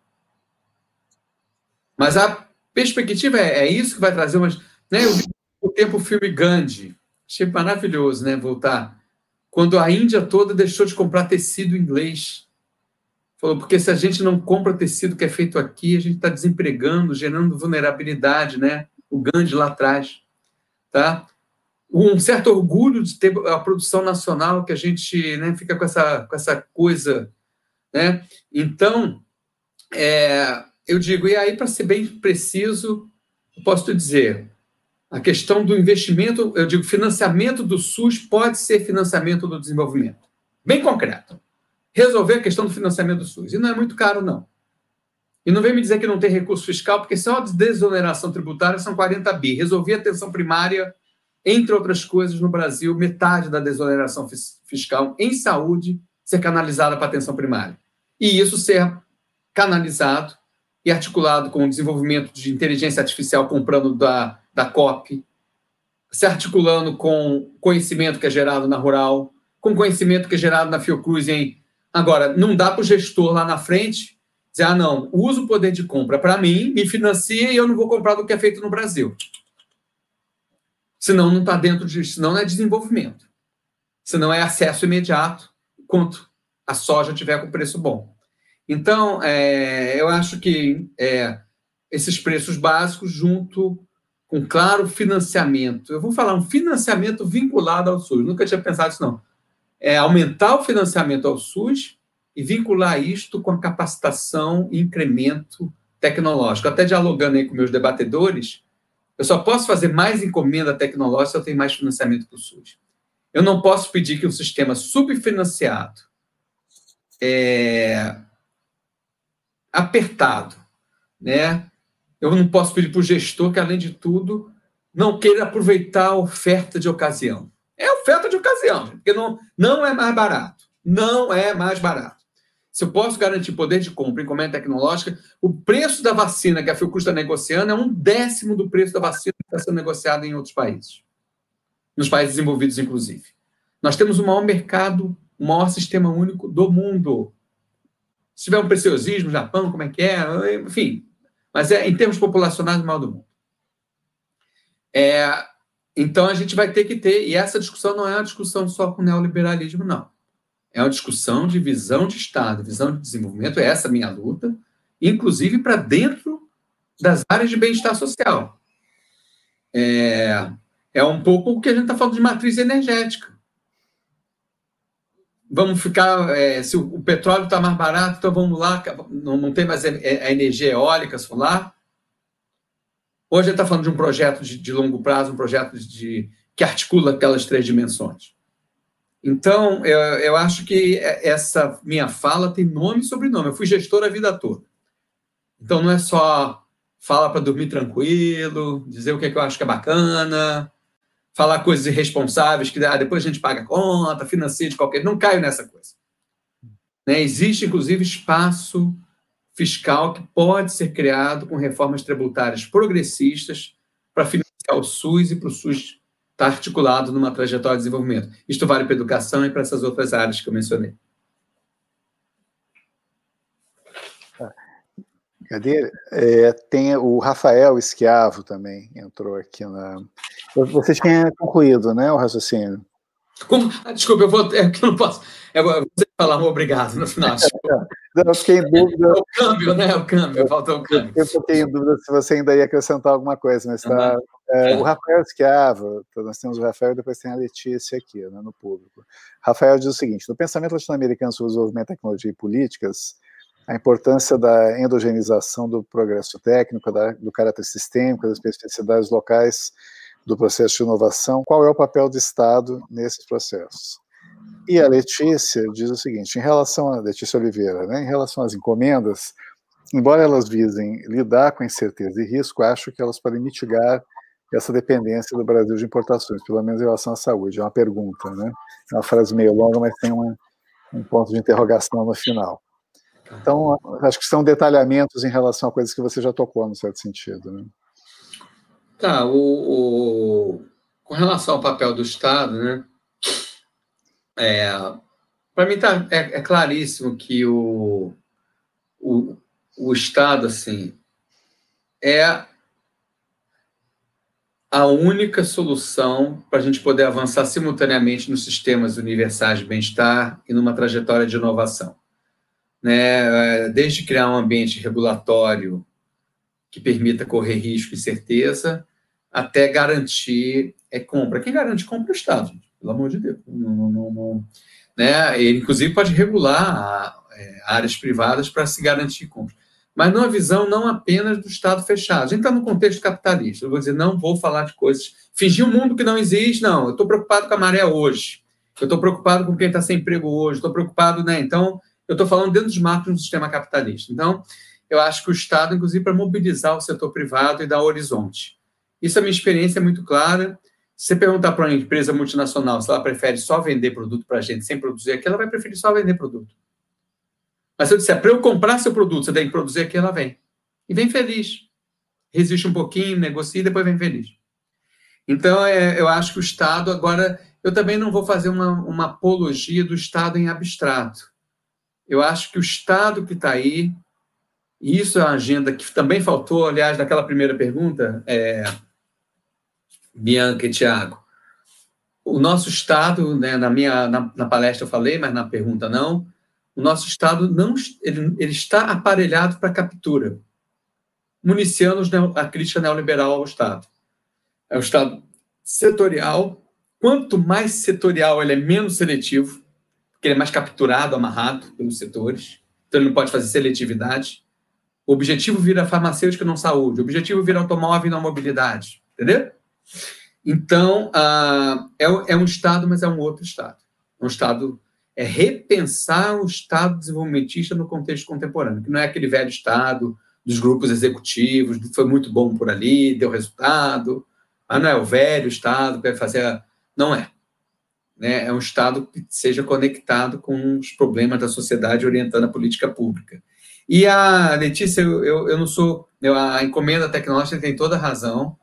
Mas a perspectiva é isso que vai trazer umas... Né? Eu vi o tempo o filme Gandhi. Achei maravilhoso, né? Voltar. Quando a Índia toda deixou de comprar tecido inglês. Falou, porque se a gente não compra tecido que é feito aqui, a gente está desempregando, gerando vulnerabilidade, né? O Gandhi lá atrás. Tá? Um certo orgulho de ter a produção nacional, que a gente, né, fica com essa coisa. Né? Então, eu digo, e aí, para ser bem preciso, eu posso te dizer, a questão do investimento, eu digo, financiamento do SUS pode ser financiamento do desenvolvimento. Bem concreto. Resolver a questão do financiamento do SUS. E não é muito caro, não. E não vem me dizer que não tem recurso fiscal, porque só a desoneração tributária são 40 bi. Resolver a atenção primária, entre outras coisas, no Brasil, metade da desoneração fiscal em saúde ser canalizada para a atenção primária. E isso ser canalizado e articulado com o desenvolvimento de inteligência artificial comprando da COP, se articulando com conhecimento que é gerado na Rural, com conhecimento que é gerado na Fiocruz. Agora, não dá para o gestor lá na frente dizer, não, usa o poder de compra para mim, me financia e eu não vou comprar do que é feito no Brasil. Senão não está dentro disso, senão não é desenvolvimento. Senão é acesso imediato, enquanto a soja tiver com preço bom. Então, eu acho que esses preços básicos, junto com, claro, financiamento. Eu vou falar um financiamento vinculado ao SUS. Nunca tinha pensado nisso, não. Aumentar o financiamento ao SUS e vincular isto com a capacitação e incremento tecnológico. Até dialogando aí com meus debatedores, eu só posso fazer mais encomenda tecnológica se eu tenho mais financiamento para o SUS. Eu não posso pedir que um sistema subfinanciado, apertado, né? Eu não posso pedir para o gestor que, além de tudo, não queira aproveitar a oferta de ocasião. É oferta de ocasião, porque não é mais barato. Não é mais barato. Se eu posso garantir poder de compra em encomenda tecnológica, o preço da vacina que a Fiocruz está negociando é 1/10 do preço da vacina que está sendo negociada em outros países. Nos países desenvolvidos, inclusive. Nós temos o maior mercado, o maior sistema único do mundo. Se tiver um preciosismo, Japão, como é que é? Enfim. Mas em termos populacionais, o maior do mundo. Então, a gente vai ter que ter... E essa discussão não é uma discussão só com o neoliberalismo, não. É uma discussão de visão de Estado, visão de desenvolvimento. Essa é a minha luta, inclusive para dentro das áreas de bem-estar social. É um pouco o que a gente está falando de matriz energética. Vamos ficar... se o petróleo está mais barato, então vamos lá, não tem mais a energia eólica, solar. Hoje a gente está falando de um projeto de longo prazo, um projeto que articula aquelas 3 dimensões. Então, eu acho que essa minha fala tem nome e sobrenome. Eu fui gestor a vida toda. Então, não é só falar para dormir tranquilo, dizer o que eu acho que é bacana, falar coisas irresponsáveis, que depois a gente paga a conta, financia de qualquer... Não caio nessa coisa. Né? Existe, inclusive, espaço fiscal que pode ser criado com reformas tributárias progressistas para financiar o SUS e para o SUS estar articulado numa trajetória de desenvolvimento. Isto vale para a educação e para essas outras áreas que eu mencionei. Cadê? Tem o Rafael Schiavo também, entrou aqui na... Você tinha concluído, né, o raciocínio? Desculpa, eu não posso... Eu vou falar um obrigado no final. Eu fiquei em dúvida... O câmbio, né? O câmbio, faltou o câmbio. Eu fiquei em dúvida se você ainda ia acrescentar alguma coisa, mas tá... O Rafael Schiavo, nós temos o Rafael e depois tem a Letícia aqui, né, no público. Rafael diz o seguinte: no pensamento latino-americano sobre o desenvolvimento, tecnologia e políticas, a importância da endogenização do progresso técnico, do caráter sistêmico, das especificidades locais do processo de inovação, qual é o papel do Estado nesses processos? E a Letícia diz o seguinte, em relação a Letícia Oliveira, né, em relação às encomendas, embora elas visem lidar com incerteza e risco, acho que elas podem mitigar essa dependência do Brasil de importações, pelo menos em relação à saúde. É uma pergunta, né? É uma frase meio longa, mas tem um ponto de interrogação no final. Então, acho que são detalhamentos em relação a coisas que você já tocou, no certo sentido, né? Tá, com relação ao papel do Estado, né? Para mim é claríssimo que o Estado, assim, é a única solução para a gente poder avançar simultaneamente nos sistemas universais de bem-estar e numa trajetória de inovação, né? Desde criar um ambiente regulatório que permita correr risco e certeza, até garantir compra. Quem garante compra é o Estado, pelo amor de Deus. Não, né? Ele, inclusive, pode regular áreas privadas para se garantir compra. Mas numa visão não apenas do Estado fechado. A gente está no contexto capitalista. Eu vou dizer, não vou falar de coisas... Fingir um mundo que não existe, não. Eu estou preocupado com a maré hoje. Eu estou preocupado com quem está sem emprego hoje. Estou preocupado, né? Então, eu estou falando dentro dos marcos do sistema capitalista. Então, eu acho que o Estado, inclusive, para mobilizar o setor privado e dar horizonte. Isso, a minha experiência é muito clara. Se você perguntar para uma empresa multinacional se ela prefere só vender produto para a gente sem produzir aqui, ela vai preferir só vender produto. Mas se eu disser, para eu comprar seu produto, você tem que produzir aqui, ela vem. E vem feliz. Resiste um pouquinho, negocia e depois vem feliz. Então, eu acho que o Estado, agora, eu também não vou fazer uma apologia do Estado em abstrato. Eu acho que o Estado que está aí, e isso é uma agenda que também faltou, aliás, naquela primeira pergunta, Bianca e Tiago, o nosso Estado, né, na palestra eu falei, mas na pergunta não, o nosso Estado ele está aparelhado para captura, municiando a crítica neoliberal ao Estado. É um Estado setorial. Quanto mais setorial, ele é menos seletivo, porque ele é mais capturado, amarrado pelos setores, então ele não pode fazer seletividade. O objetivo vira farmacêutica, não saúde. O objetivo vira automóvel e não mobilidade. Entendeu? Então, é um Estado, mas é um outro Estado. É um Estado... É repensar o Estado desenvolvimentista no contexto contemporâneo, que não é aquele velho Estado dos grupos executivos, foi muito bom por ali, deu resultado, mas não é o velho Estado que vai fazer... Não é. Né? É um Estado que seja conectado com os problemas da sociedade, orientando a política pública. E a Letícia, eu não sou... a encomenda tecnológica tem toda a razão.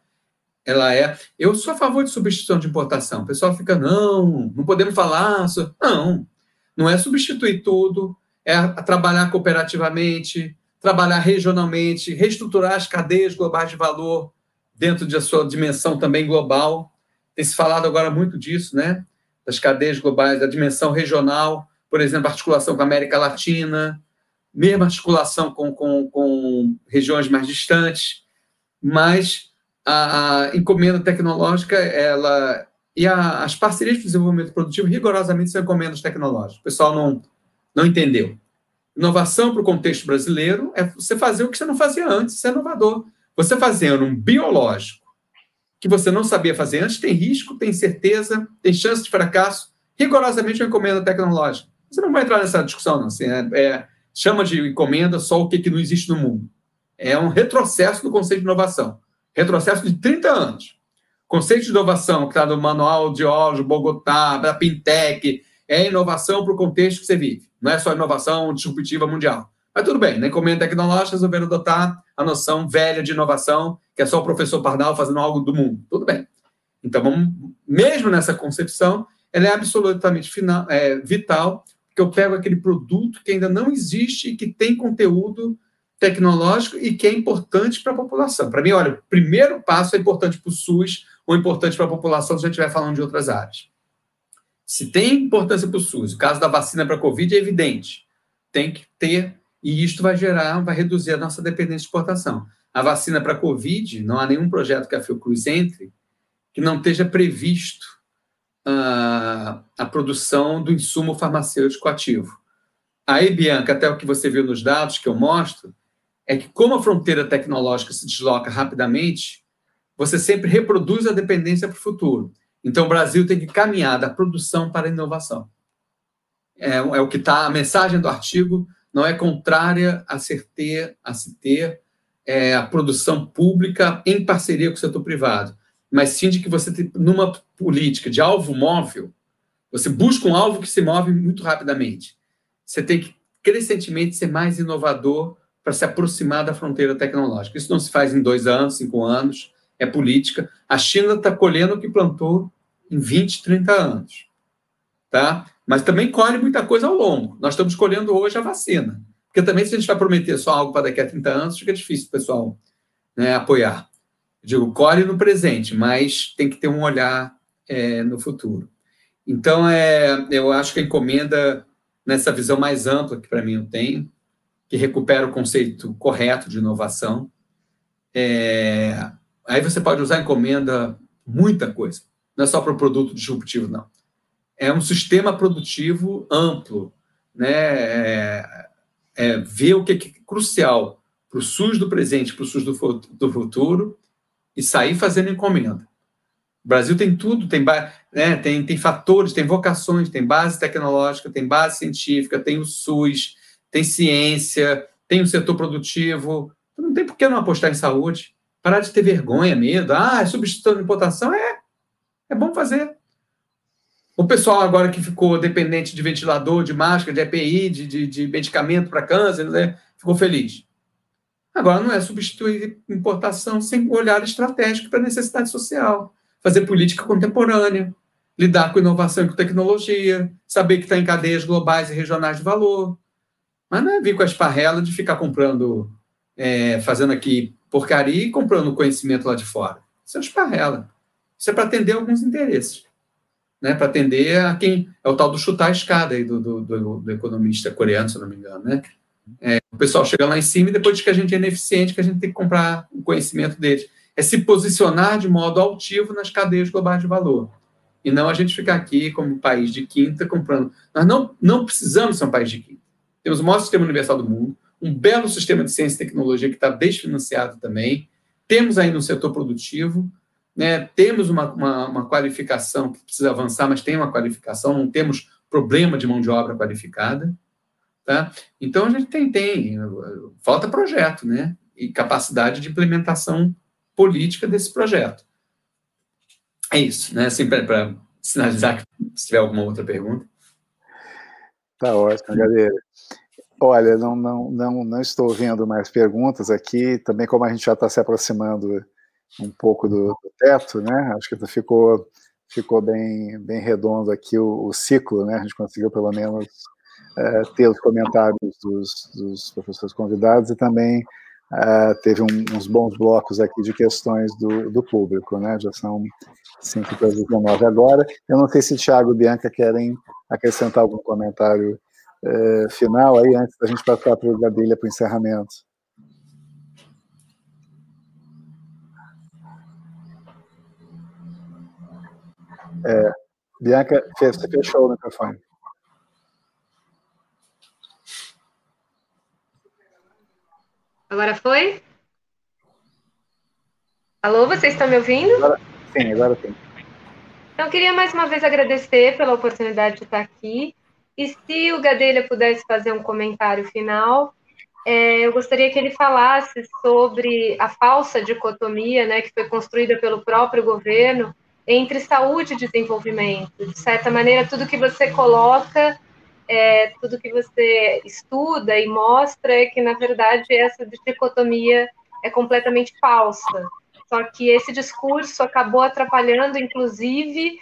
Eu sou a favor de substituição de importação. O pessoal fica, não podemos falar... Não é substituir tudo, é trabalhar cooperativamente, trabalhar regionalmente, reestruturar as cadeias globais de valor dentro da sua dimensão também global. Tem se falado agora muito disso, né? Das cadeias globais, da dimensão regional, por exemplo, articulação com a América Latina, mesmo articulação com regiões mais distantes, mas a encomenda tecnológica, e as parcerias de desenvolvimento produtivo rigorosamente são encomendas tecnológicas. O pessoal não entendeu. Inovação para o contexto brasileiro é você fazer o que você não fazia antes, isso é inovador. Você fazendo um biológico que você não sabia fazer antes, tem risco, tem certeza, tem chance de fracasso, rigorosamente uma encomenda tecnológica. Você não vai entrar nessa discussão, não. Assim, chama de encomenda só o que não existe no mundo. É um retrocesso do conceito de inovação. Retrocesso de 30 anos. Conceito de inovação que está no Manual de Óleo, Bogotá, da Pintec, é inovação para o contexto que você vive. Não é só inovação disruptiva mundial. Mas tudo bem, na encomenda tecnológica resolveram adotar a noção velha de inovação, que é só o professor Pardal fazendo algo do mundo. Tudo bem. Então, mesmo nessa concepção, ela é absolutamente vital, porque eu pego aquele produto que ainda não existe e que tem conteúdo tecnológico e que é importante para a população. Para mim, olha, o primeiro passo é importante para o SUS ou importante para a população se a gente estiver falando de outras áreas. Se tem importância para o SUS, o caso da vacina para a Covid é evidente. Tem que ter, e isto vai reduzir a nossa dependência de exportação. A vacina para a Covid, não há nenhum projeto que a Fiocruz entre que não esteja previsto a produção do insumo farmacêutico ativo. Aí, Bianca, até o que você viu nos dados que eu mostro, é que como a fronteira tecnológica se desloca rapidamente, você sempre reproduz a dependência para o futuro. Então, o Brasil tem que caminhar da produção para a inovação. É o que está, a mensagem do artigo não é contrária a se ter a produção pública em parceria com o setor privado. mas sim de que você, numa política de alvo móvel, você busca um alvo que se move muito rapidamente. Você tem que, crescentemente, ser mais inovador para se aproximar da fronteira tecnológica. Isso não se faz em 2 anos, 5 anos, é política. A China está colhendo o que plantou em 20, 30 anos. Tá? Mas também colhe muita coisa ao longo. Nós estamos colhendo hoje a vacina. Porque também, se a gente vai prometer só algo para daqui a 30 anos, fica difícil o pessoal, né, apoiar. Eu digo, colhe no presente, mas tem que ter um olhar no futuro. Então, eu acho que a encomenda, nessa visão mais ampla que para mim eu tenho, que recupera o conceito correto de inovação, aí você pode usar a encomenda muita coisa. Não é só para o produto disruptivo, não. É um sistema produtivo amplo, né? Ver o que é crucial para o SUS do presente, para o SUS do futuro, e sair fazendo encomenda. O Brasil tem tudo, tem fatores, tem vocações, tem base tecnológica, tem base científica, tem o SUS, tem ciência, tem o setor produtivo. Não tem por que não apostar em saúde. Parar de ter vergonha, medo. Substituição de importação é bom fazer. O pessoal agora que ficou dependente de ventilador, de máscara, de EPI, de medicamento para câncer, né, ficou feliz. Agora não é substituir importação sem olhar estratégico para a necessidade social. Fazer política contemporânea, lidar com inovação e com tecnologia, saber que está em cadeias globais e regionais de valor. Mas não é vir com a esparrela de ficar comprando, fazendo aqui porcaria e comprando conhecimento lá de fora. Isso é esparrela. Isso é para atender alguns interesses. Né, para atender a quem é o tal do chutar a escada aí do economista coreano, se eu não me engano. Né? O pessoal chega lá em cima e depois diz que a gente é ineficiente, que a gente tem que comprar o conhecimento deles. É se posicionar de modo altivo nas cadeias globais de valor. E não a gente ficar aqui como país de quinta comprando. Nós não precisamos ser um país de quinta. Temos o maior sistema universal do mundo, um belo sistema de ciência e tecnologia que está desfinanciado também. Temos ainda um setor produtivo, né? Temos uma qualificação que precisa avançar, mas tem uma qualificação, não temos problema de mão de obra qualificada. Tá? Então, a gente tem falta projeto, né? E capacidade de implementação política desse projeto. É isso, né? Assim, para sinalizar, se tiver alguma outra pergunta. Tá ótimo, Gadeira. Olha, não estou vendo mais perguntas aqui, também como a gente já está se aproximando um pouco do teto, né? Acho que ficou bem redondo aqui o ciclo, né? A gente conseguiu pelo menos ter os comentários dos professores convidados e também teve uns bons blocos aqui de questões do público, né? Já são 5h19 agora. Eu não sei se Thiago e Bianca querem acrescentar algum comentário final aí, antes da gente passar para o Gadelha para o encerramento. Bianca, você fechou o microfone. Agora foi? Alô, vocês estão me ouvindo? Agora sim. Então, eu queria mais uma vez agradecer pela oportunidade de estar aqui. E se o Gadelha pudesse fazer um comentário final, eu gostaria que ele falasse sobre a falsa dicotomia, né, que foi construída pelo próprio governo entre saúde e desenvolvimento. De certa maneira, tudo que você coloca, tudo que você estuda e mostra é que, na verdade, essa dicotomia é completamente falsa. Só que esse discurso acabou atrapalhando, inclusive,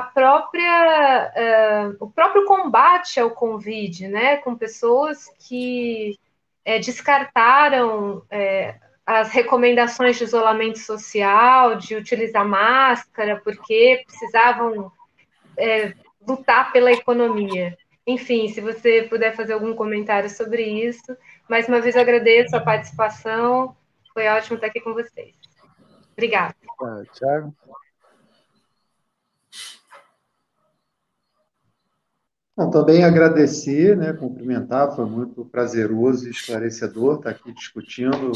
o próprio combate ao Covid, né, com pessoas que descartaram as recomendações de isolamento social, de utilizar máscara, porque precisavam lutar pela economia. Enfim, se você puder fazer algum comentário sobre isso. Mais uma vez, eu agradeço a participação. Foi ótimo estar aqui com vocês. Obrigada. Thiago? Bom, também agradecer, né, cumprimentar, foi muito prazeroso e esclarecedor estar aqui discutindo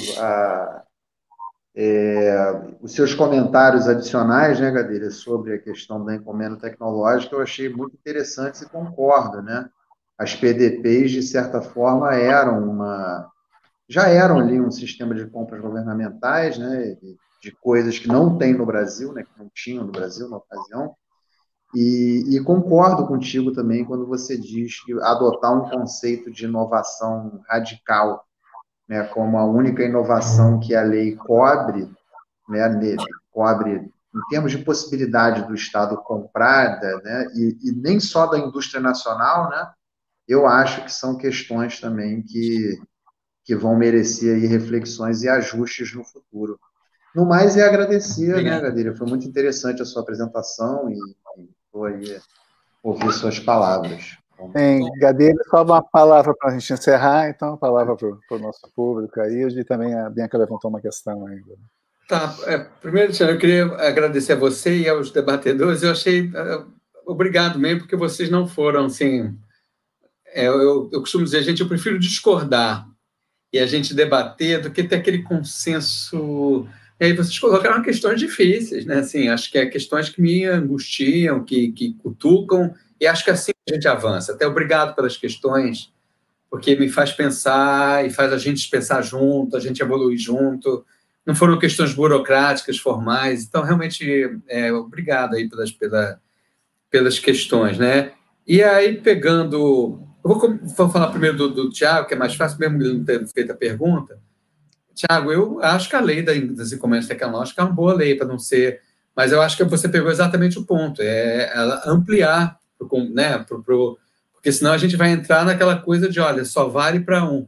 os seus comentários adicionais, né, Gadelha, sobre a questão da encomenda tecnológica, eu achei muito interessantes e concordo, né? As PDPs, de certa forma, já eram ali um sistema de compras governamentais, né, de coisas que não tem no Brasil, né, que não tinham no Brasil na ocasião. E concordo contigo também quando você diz que adotar um conceito de inovação radical, né, como a única inovação que a lei cobre, né, cobre em termos de possibilidade do Estado comprar, né, e nem só da indústria nacional, né, eu acho que são questões também que vão merecer aí reflexões e ajustes no futuro. No mais, é agradecer, né, Gadelha? Foi muito interessante a sua apresentação e vou aí ouvir suas palavras. Bem, Gadelha, só uma palavra para a gente encerrar, então, uma palavra para o nosso público aí, e também a Bianca levantou uma questão ainda. Tá, primeiro, eu queria agradecer a você e aos debatedores, eu achei, obrigado mesmo, porque vocês não foram, assim, eu costumo dizer, gente, eu prefiro discordar e a gente debater do que ter aquele consenso. E aí vocês colocaram questões difíceis, né? Assim, acho que questões que me angustiam, que cutucam, e acho que assim a gente avança. Até obrigado pelas questões, porque me faz pensar e faz a gente pensar junto, a gente evoluir junto. Não foram questões burocráticas, formais. Então, realmente, obrigado aí pelas questões, né? E aí, pegando... Vou falar primeiro do Tiago, que é mais fácil, mesmo ele não ter feito a pergunta. Tiago, eu acho que a lei das encomendas tecnológicas é uma boa lei, para não ser... Mas eu acho que você pegou exatamente o ponto, ela ampliar, né, porque senão a gente vai entrar naquela coisa de, olha, só vale para um.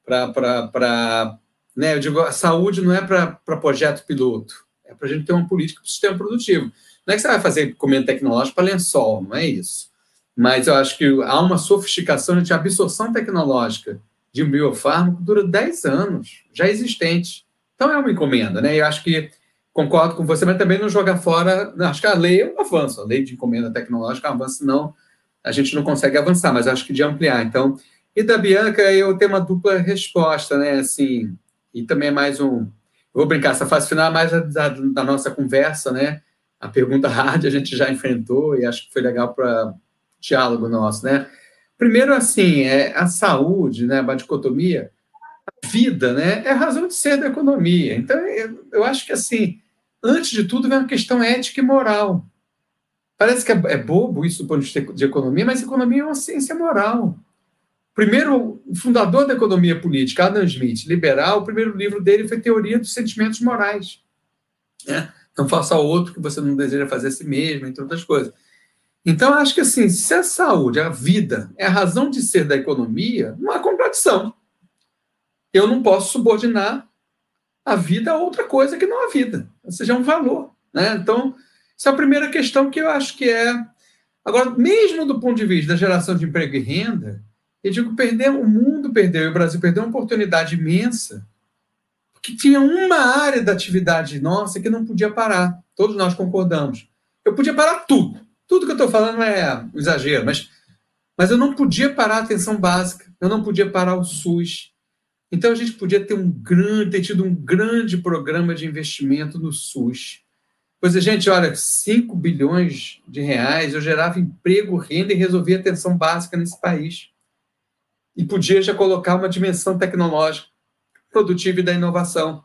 Né, eu digo, a saúde não é para projeto piloto, é para a gente ter uma política para o sistema produtivo. Não é que você vai fazer encomenda tecnológica para lençol, não é isso. Mas eu acho que há uma sofisticação de absorção tecnológica de um biofármaco que dura 10 anos, já existente. Então, é uma encomenda, né? Eu acho que concordo com você, mas também não jogar fora... Acho que a lei é um avanço, a lei de encomenda tecnológica é um avanço, senão a gente não consegue avançar, mas acho que de ampliar. Então, e da Bianca, eu tenho uma dupla resposta, né? Assim, e também é mais um... Vou brincar, essa fase final é mais da nossa conversa, né? A pergunta hard a gente já enfrentou e acho que foi legal para diálogo nosso, né? Primeiro, assim, a saúde, né, a dicotomia, a vida, né, é a razão de ser da economia. Então, eu acho que, assim, antes de tudo, vem uma questão ética e moral. Parece que é bobo isso do ponto de vista de economia, mas economia é uma ciência moral. Primeiro, o fundador da economia política, Adam Smith, liberal, o primeiro livro dele foi Teoria dos Sentimentos Morais. Né? Não faça ao outro que você não deseja fazer a si mesmo, entre outras coisas. Então, acho que assim, se a saúde, a vida, é a razão de ser da economia, não há contradição. Eu não posso subordinar a vida a outra coisa que não a vida, ou seja, é um valor. Né? Então, essa é a primeira questão que eu acho que é... Agora, mesmo do ponto de vista da geração de emprego e renda, eu digo, o mundo perdeu, e o Brasil perdeu uma oportunidade imensa, porque tinha uma área da atividade nossa que não podia parar. Todos nós concordamos. Eu podia parar tudo. Tudo que eu estou falando é um exagero, mas eu não podia parar a atenção básica, eu não podia parar o SUS. Então, a gente podia ter tido um grande programa de investimento no SUS. Pois é, gente, olha, 5 bilhões de reais, eu gerava emprego, renda e resolvia a atenção básica nesse país. E podia já colocar uma dimensão tecnológica, produtiva e da inovação.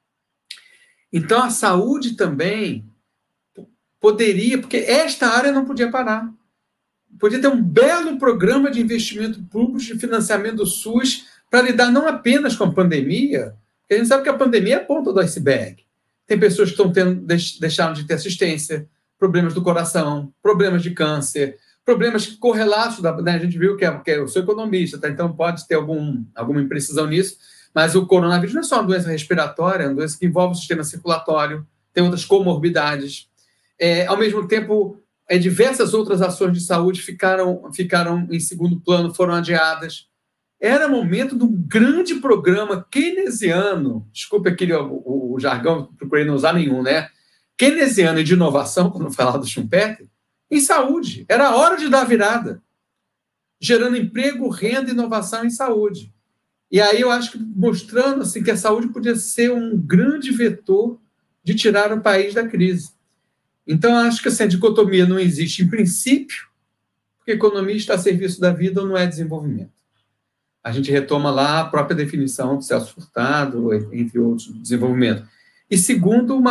Então, a saúde também poderia, porque esta área não podia parar. Podia ter um belo programa de investimento público, de financiamento do SUS, para lidar não apenas com a pandemia, porque a gente sabe que a pandemia é a ponta do iceberg. Tem pessoas que deixaram de ter assistência, problemas do coração, problemas de câncer, problemas correlatos, né? A gente viu que eu sou economista, tá? Então pode ter alguma imprecisão nisso, mas o coronavírus não é só uma doença respiratória, é uma doença que envolve o sistema circulatório, tem outras comorbidades. Ao mesmo tempo, diversas outras ações de saúde ficaram em segundo plano, foram adiadas. Era momento de um grande programa keynesiano, desculpe o jargão, procurei não usar nenhum, né? Keynesiano e de inovação, quando falar do Schumpeter, em saúde. Era a hora de dar a virada, gerando emprego, renda e inovação em saúde. E aí eu acho que mostrando assim, que a saúde podia ser um grande vetor de tirar o país da crise. Então, acho que assim, a dicotomia não existe em princípio, porque a economia está a serviço da vida ou não é desenvolvimento. A gente retoma lá a própria definição do Celso Furtado, entre outros, do desenvolvimento. E segundo,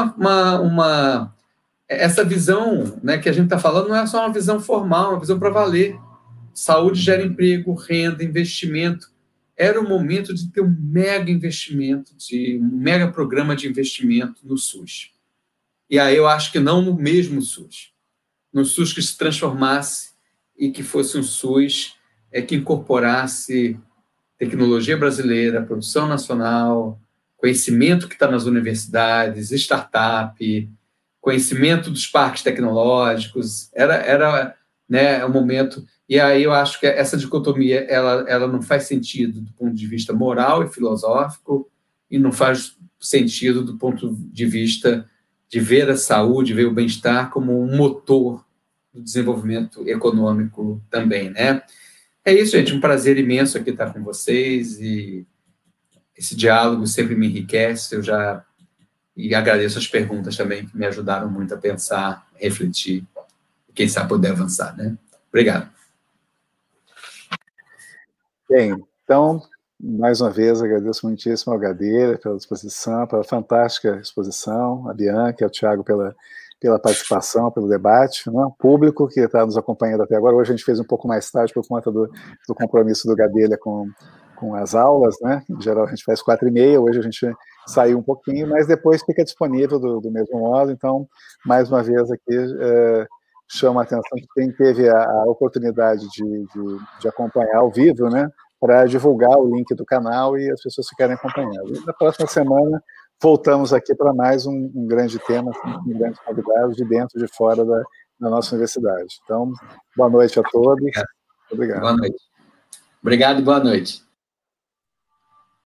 essa visão, né, que a gente está falando não é só uma visão formal, é uma visão para valer. Saúde gera emprego, renda, investimento. Era o momento de ter um mega investimento, um mega programa de investimento no SUS. E aí eu acho que não no mesmo SUS. No SUS que se transformasse e que fosse um SUS que incorporasse tecnologia brasileira, produção nacional, conhecimento que está nas universidades, startup, conhecimento dos parques tecnológicos. Era né, o momento... E aí eu acho que essa dicotomia ela não faz sentido do ponto de vista moral e filosófico e não faz sentido do ponto de vista de ver a saúde, ver o bem-estar como um motor do desenvolvimento econômico também, né? É isso, gente, um prazer imenso aqui estar com vocês e esse diálogo sempre me enriquece, e agradeço as perguntas também que me ajudaram muito a pensar, refletir, e quem sabe poder avançar, né? Obrigado. Bem, então, mais uma vez, agradeço muitíssimo ao Gadelha pela disposição, pela fantástica exposição, a Bianca e ao Thiago pela participação, pelo debate, né? O público que está nos acompanhando até agora. Hoje a gente fez um pouco mais tarde por conta do compromisso do Gadelha com as aulas, né? Em geral a gente faz 4h30, hoje a gente saiu um pouquinho, mas depois fica disponível do mesmo modo. Então, mais uma vez aqui, chama a atenção de quem teve a oportunidade de acompanhar ao vivo, né, para divulgar o link do canal e as pessoas ficarem acompanhando. E na próxima semana voltamos aqui para mais um grande tema, com grandes convidados de dentro e de fora da nossa universidade. Então, boa noite a todos. Obrigado. Boa noite. Obrigado e boa noite.